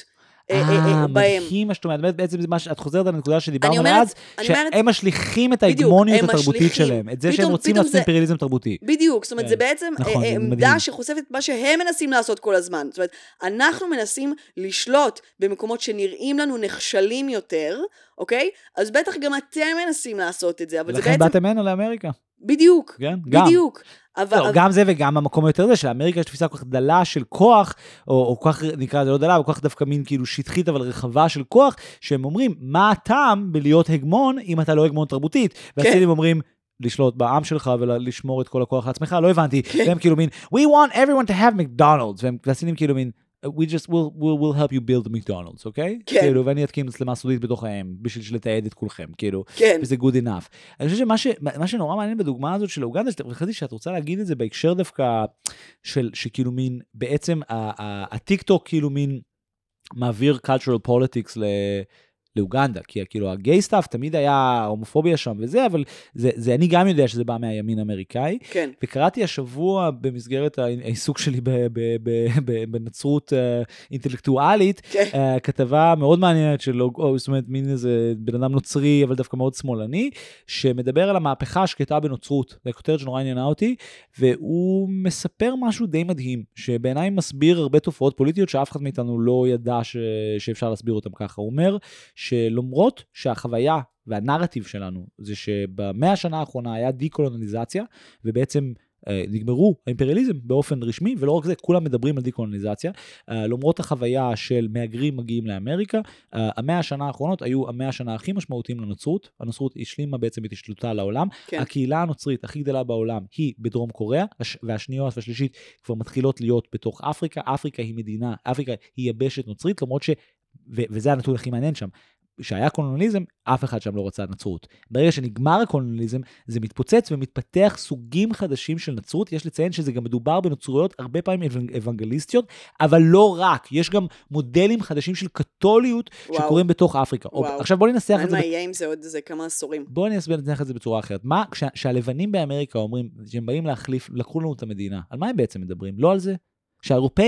אה, מדהים מה שאת אומרת, בעצם את חוזרת על הנקודה שדיברנו אז, שהם משליכים את ההגמוניות התרבותית שלהם, את זה שהם רוצים לעשות אימפריאליזם תרבותי. בדיוק, זאת אומרת, זה בעצם עמדה שחושפת את מה שהם מנסים לעשות כל הזמן, זאת אומרת, אנחנו מנסים לשלוט במקומות שנראים לנו נכשלים יותר, אוקיי? אז בטח גם אתם מנסים לעשות את זה, אבל זה בעצם... לכן באתם הנה לאמריקה. בדיוק, בדיוק. לא, גם זה וגם המקום היותר זה, שלאמריקה יש תפיסה כל כך דלה של כוח, או, או כך נקרא זה לא דלה, או כל כך דווקא מין כאילו שטחית אבל רחבה של כוח, שהם אומרים, מה הטעם בלהיות הגמון אם אתה לא הגמון תרבותית? והסינים אומרים, לשלוט בעם שלך ולשמור את כל הכוח לעצמך, לא הבנתי, והם כאילו מין, we want everyone to have McDonald's, והסינים כאילו מין, we just will will will help you build the McDonald's, אוקיי? כן. כאילו, ואני אתקין מצלמה סודית בתוך האם, בשביל שלתעד את כולכם, כאילו. כן. וזה good enough. אני חושב שמה ש, מה שנורא מעניין בדוגמה הזאת של אוגנדה, חשבתי שאת רוצה להגיד את זה בהקשר דווקא של, שכאילו מין, בעצם הטיק טוק כאילו מין מעביר cultural politics ל... לאוגנדה, כי כאילו הגיי סטאפ תמיד היה הומופוביה שם וזה, אבל זה, זה אני גם יודע שזה בא מהימין האמריקאי, כן. וקראתי השבוע במסגרת העיסוק שלי ב, ב, ב, ב, בנצרות uh, אינטלקטואלית, כן. uh, כתבה מאוד מעניינת של, או, זאת אומרת, מין איזה בן אדם נוצרי, אבל דווקא מאוד שמאלני, שמדבר על המהפכה השקטה בנוצרות, זה הכותרת שנורא עניינה אותי, והוא מספר משהו די מדהים, שבעיניי מסביר הרבה תופעות פוליטיות שאף אחד מאיתנו לא ידע ש, שאפשר להסביר אותם ככה. הוא אומר, שלמרות שהחוויה והנרטיב שלנו זה שבמאה השנה האחרונה היה דיקולוניזציה, ובעצם אה, נגמרו האימפריאליזם באופן רשמי, ולא רק זה, כולם מדברים על דיקולוניזציה, אה, למרות החוויה של מהגרים מגיעים לאמריקה, אה, המאה השנה האחרונות היו המאה השנה הכי משמעותיים לנוצרות, הנוצרות השלימה בעצם את השתלטה לעולם, כן. הקהילה הנוצרית הכי גדולה בעולם היא בדרום קוריאה, והשניות והשלישית כבר מתחילות להיות בתוך אפריקה, אפריקה היא מדינה, אפריקה היא יבשת נוצרית, למרות ש... ו- וזה הנתון הכי מעניין שם, שהיה קולוניאליזם, אף אחד שם לא רצה נצרות. ברגע שנגמר הקולוניאליזם, זה מתפוצץ ומתפתח סוגים חדשים של נצרות, יש לציין שזה גם מדובר בנוצרויות, הרבה פעמים אוונגליסטיות, אבל לא רק, יש גם מודלים חדשים של קתוליות, וואו. שקורים בתוך אפריקה. וואו. עכשיו בוא ננסח את זה. מה יהיה עם זה עוד איזה כמה עשורים? בוא ננסח את זה בצורה אחרת. מה, כשה, שהלבנים באמריקה אומרים, שהם באים להחליף, לקחו לנו את המדינה, על מה הם בעצם מדברים? לא על זה. שהאירופאים,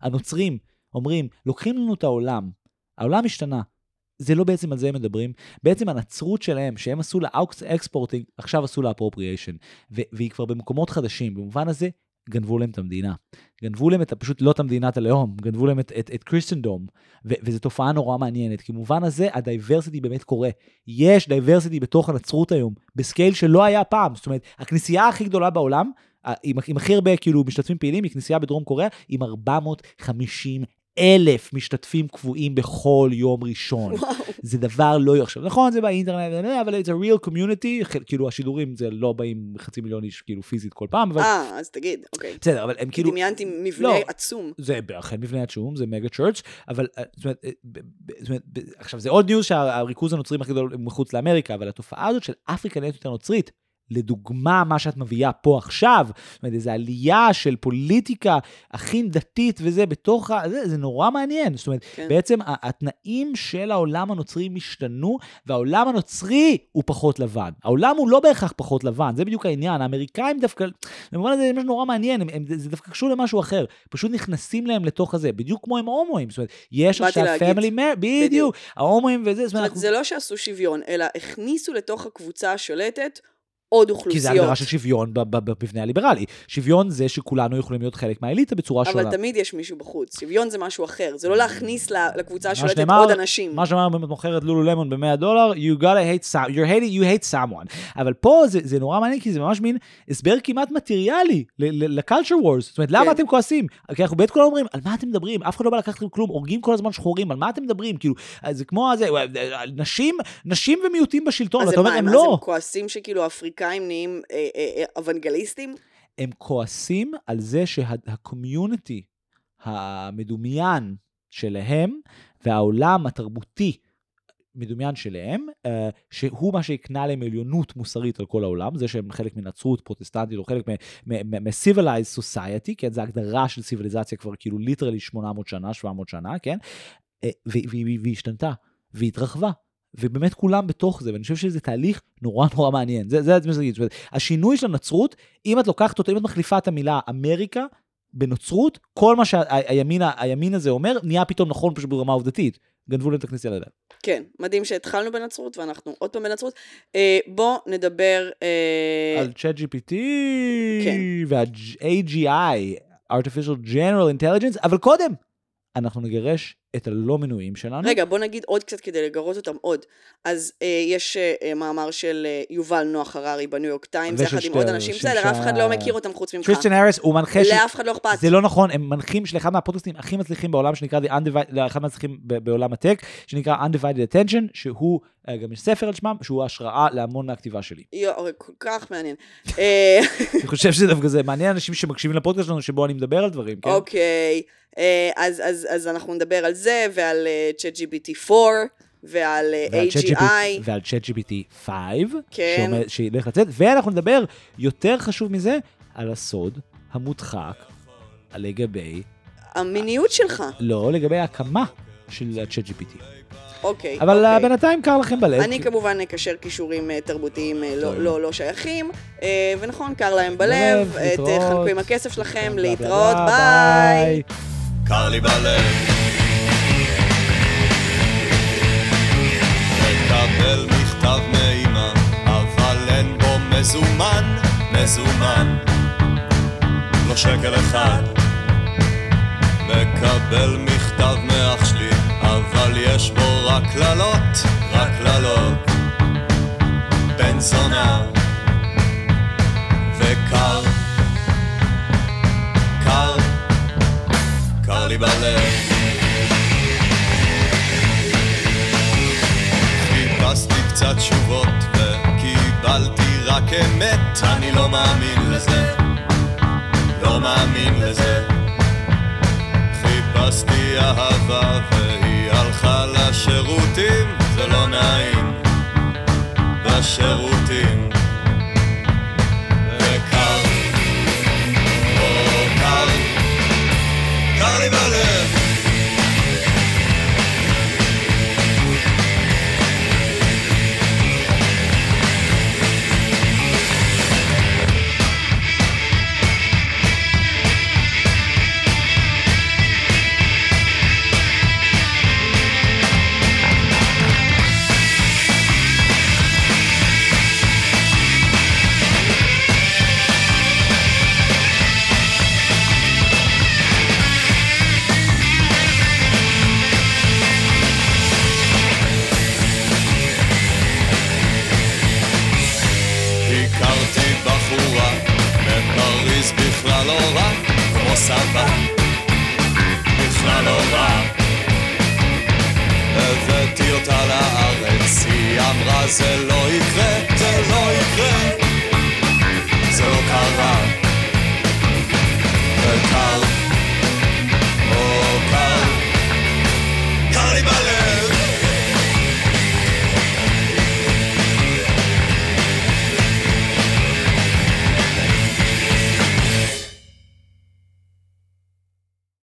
הנוצרים אומרים, לוקחים לנו את העולם, העולם השתנה, זה לא בעצם על זה הם מדברים, בעצם הנצרות שלהם, שהם עשו לאקספורטינג, עכשיו עשו לאפרופריאשן, והיא כבר במקומות חדשים, במובן הזה, גנבו להם את המדינה. גנבו להם את, פשוט לא את המדינת הלאום, גנבו להם את, את, את קריסטנדום, ו- וזו תופעה נורא מעניינת, כי במובן הזה הדייברסיטי באמת קורה. יש דייברסיטי בתוך הנצרות היום, בסקייל שלא היה פעם, זאת אומרת, הכנסייה הכי גדולה בעולם, עם, עם הכי הרבה כאילו משתתפים פעילים, היא כנסייה בדרום קוריאה, עם ארבע מאות וחמישים אלף משתתפים קבועים בכל יום ראשון. וואו. זה דבר לא יחשב. נכון, זה באינטרנט, אבל it's a real community, כאילו השידורים זה לא באים חצי מיליון איש כאילו פיזית כל פעם. אה, אז תגיד, אוקיי. בסדר, אבל הם כאילו... דמיינתי מבנה לא, עצום. זה אכן מבנה עצום, זה מגה צ'רץ', אבל זאת אומרת, זאת אומרת, עכשיו זה עוד ניוז שהריכוז הנוצרים הכי גדול מחוץ לאמריקה, אבל התופעה הזאת של אפריקה נהיית יותר נוצרית, לדוגמה, מה שאת מביאה פה עכשיו, זאת אומרת, איזו עלייה של פוליטיקה הכי דתית וזה בתוך, זה, זה נורא מעניין. זאת אומרת, כן. בעצם התנאים של העולם הנוצרי משתנו, והעולם הנוצרי הוא פחות לבן. העולם הוא לא בהכרח פחות לבן, זה בדיוק העניין. האמריקאים דווקא, במובן הזה זה משהו נורא מעניין, הם, הם, זה דווקא קשור למשהו אחר. פשוט נכנסים להם לתוך הזה, בדיוק כמו עם ההומואים. זאת אומרת, יש עכשיו פמילי מר, בדיוק, ההומואים וזה. זאת אומרת, זה לא שעשו שוויון, אלא הכניסו לתוך הקבוצה השולטת, עוד אוכלוסיות. כי זה הגדרה של שוויון בפבנה הליברלי. שוויון זה שכולנו יכולים להיות חלק מהאליטה בצורה שונה. אבל תמיד יש מישהו בחוץ. שוויון זה משהו אחר. זה לא להכניס לקבוצה שולטת עוד אנשים. מה שאמר באמת מוכרת לולו למון ב-מאה דולר, you gotta hate some, you're hating, you hate someone. אבל פה זה, זה נורא מעניין, כי זה ממש מין הסבר כמעט מטריאלי ל-culture wars. זאת אומרת, למה אתם כועסים? כי אנחנו בית כולם אומרים, על מה אתם מדברים? אף אחד לא בא לקחת כלום, הורגים כל הזמן שחורים, על מה אתם מדברים? כאילו, זה כמו הזה, נשים, נשים ומיעוטים בשלטון. אז הם כועסים שכאילו האפריקאים נהיים אוונגליסטים? הם כועסים על זה שהקומיוניטי המדומיין שלהם והעולם התרבותי מדומיין שלהם, שהוא מה שיקנה להם עליונות מוסרית על כל העולם, זה שהם חלק מנצרות פרוטסטנטית או חלק מ-civilized society, כן, זה הגדרה של ציוויליזציה כבר כאילו ליטרלי שמונה מאות שנה, שבע מאות שנה, כן, והיא השתנתה, והיא התרחבה. ובאמת כולם בתוך זה, ואני חושב שזה תהליך נורא נורא מעניין. זה, זה מה שאני אגיד. השינוי של הנצרות, אם את לוקחת אותו, אם את מחליפה את המילה אמריקה בנוצרות, כל מה שהימין, הימין הזה אומר, נהיה פתאום נכון פשוט ברמה עובדתית. גנבו להם את הכניסה לידיים. כן, מדהים שהתחלנו בנצרות, ואנחנו עוד פעם בנצרות. אה, בוא נדבר... אה... על צ'אט ג'י פי טי, כן. וה-איי ג'י איי, Artificial General Intelligence, אבל קודם, אנחנו נגרש את הלא מנויים שלנו. רגע, בוא נגיד עוד קצת כדי לגרות אותם עוד. אז אה, יש אה, מאמר של אה, יובל נוח הררי בניו יורק טיימס, יחד עם עוד אנשים, בסדר, אף אחד לא מכיר אותם חוץ ממך. קריסטיאן האריס, הוא מנחה... לאף אחד לא אכפת. זה לא נכון, הם מנחים של אחד מהפודקאסטים הכי מצליחים בעולם, שנקרא, אחד מהמצליחים בעולם הטק, שנקרא Undivided Attention, שהוא, גם יש ספר על שמם, שהוא השראה להמון מהכתיבה שלי. יו, כל כך מעניין. אני חושב שזה דווקא זה מעניין אנשים שמקשיבים לפודקאסט שלנו, שבו אני מדבר על דברים, כן? אוקיי. אז, אז, אז אנחנו נדבר על זה, ועל צ'אט ג'י פי טי פור, ועל איי ג'י איי. ועל צ'אט ג'י פי טי חמש, כן. שילך לצאת, ואנחנו נדבר, יותר חשוב מזה, על הסוד המודחק, לגבי... המיניות שלך. לא, לגבי ההקמה של צ'אט ג'י פי טי. אוקיי. אבל אוקיי. בינתיים קר לכם בלב. אני כמובן נקשר קישורים תרבותיים לא, לא, לא שייכים, ונכון, קר להם בלב, תחלקו עם הכסף שלכם, להתראות, ביי. קר לי בלב, מקבל מכתב מאמא, אבל אין בו מזומן, מזומן, לא שקל אחד. מקבל מכתב מאח שלי, אבל יש בו רק קללות, רק קללות, בן זונה וקר, קר, קר לי בלב. חיפשתי קצת תשובות וקיבלתי רק אמת, אני לא מאמין לזה, לא מאמין לזה. חיפשתי אהבה והיא הלכה לשירותים, זה לא נעים בשירותים. וקר, או קר, קר לי בלב. בכלל לא רע, כמו סבא, בכלל לא רע. הבאתי אותה לארץ, היא אמרה זה לא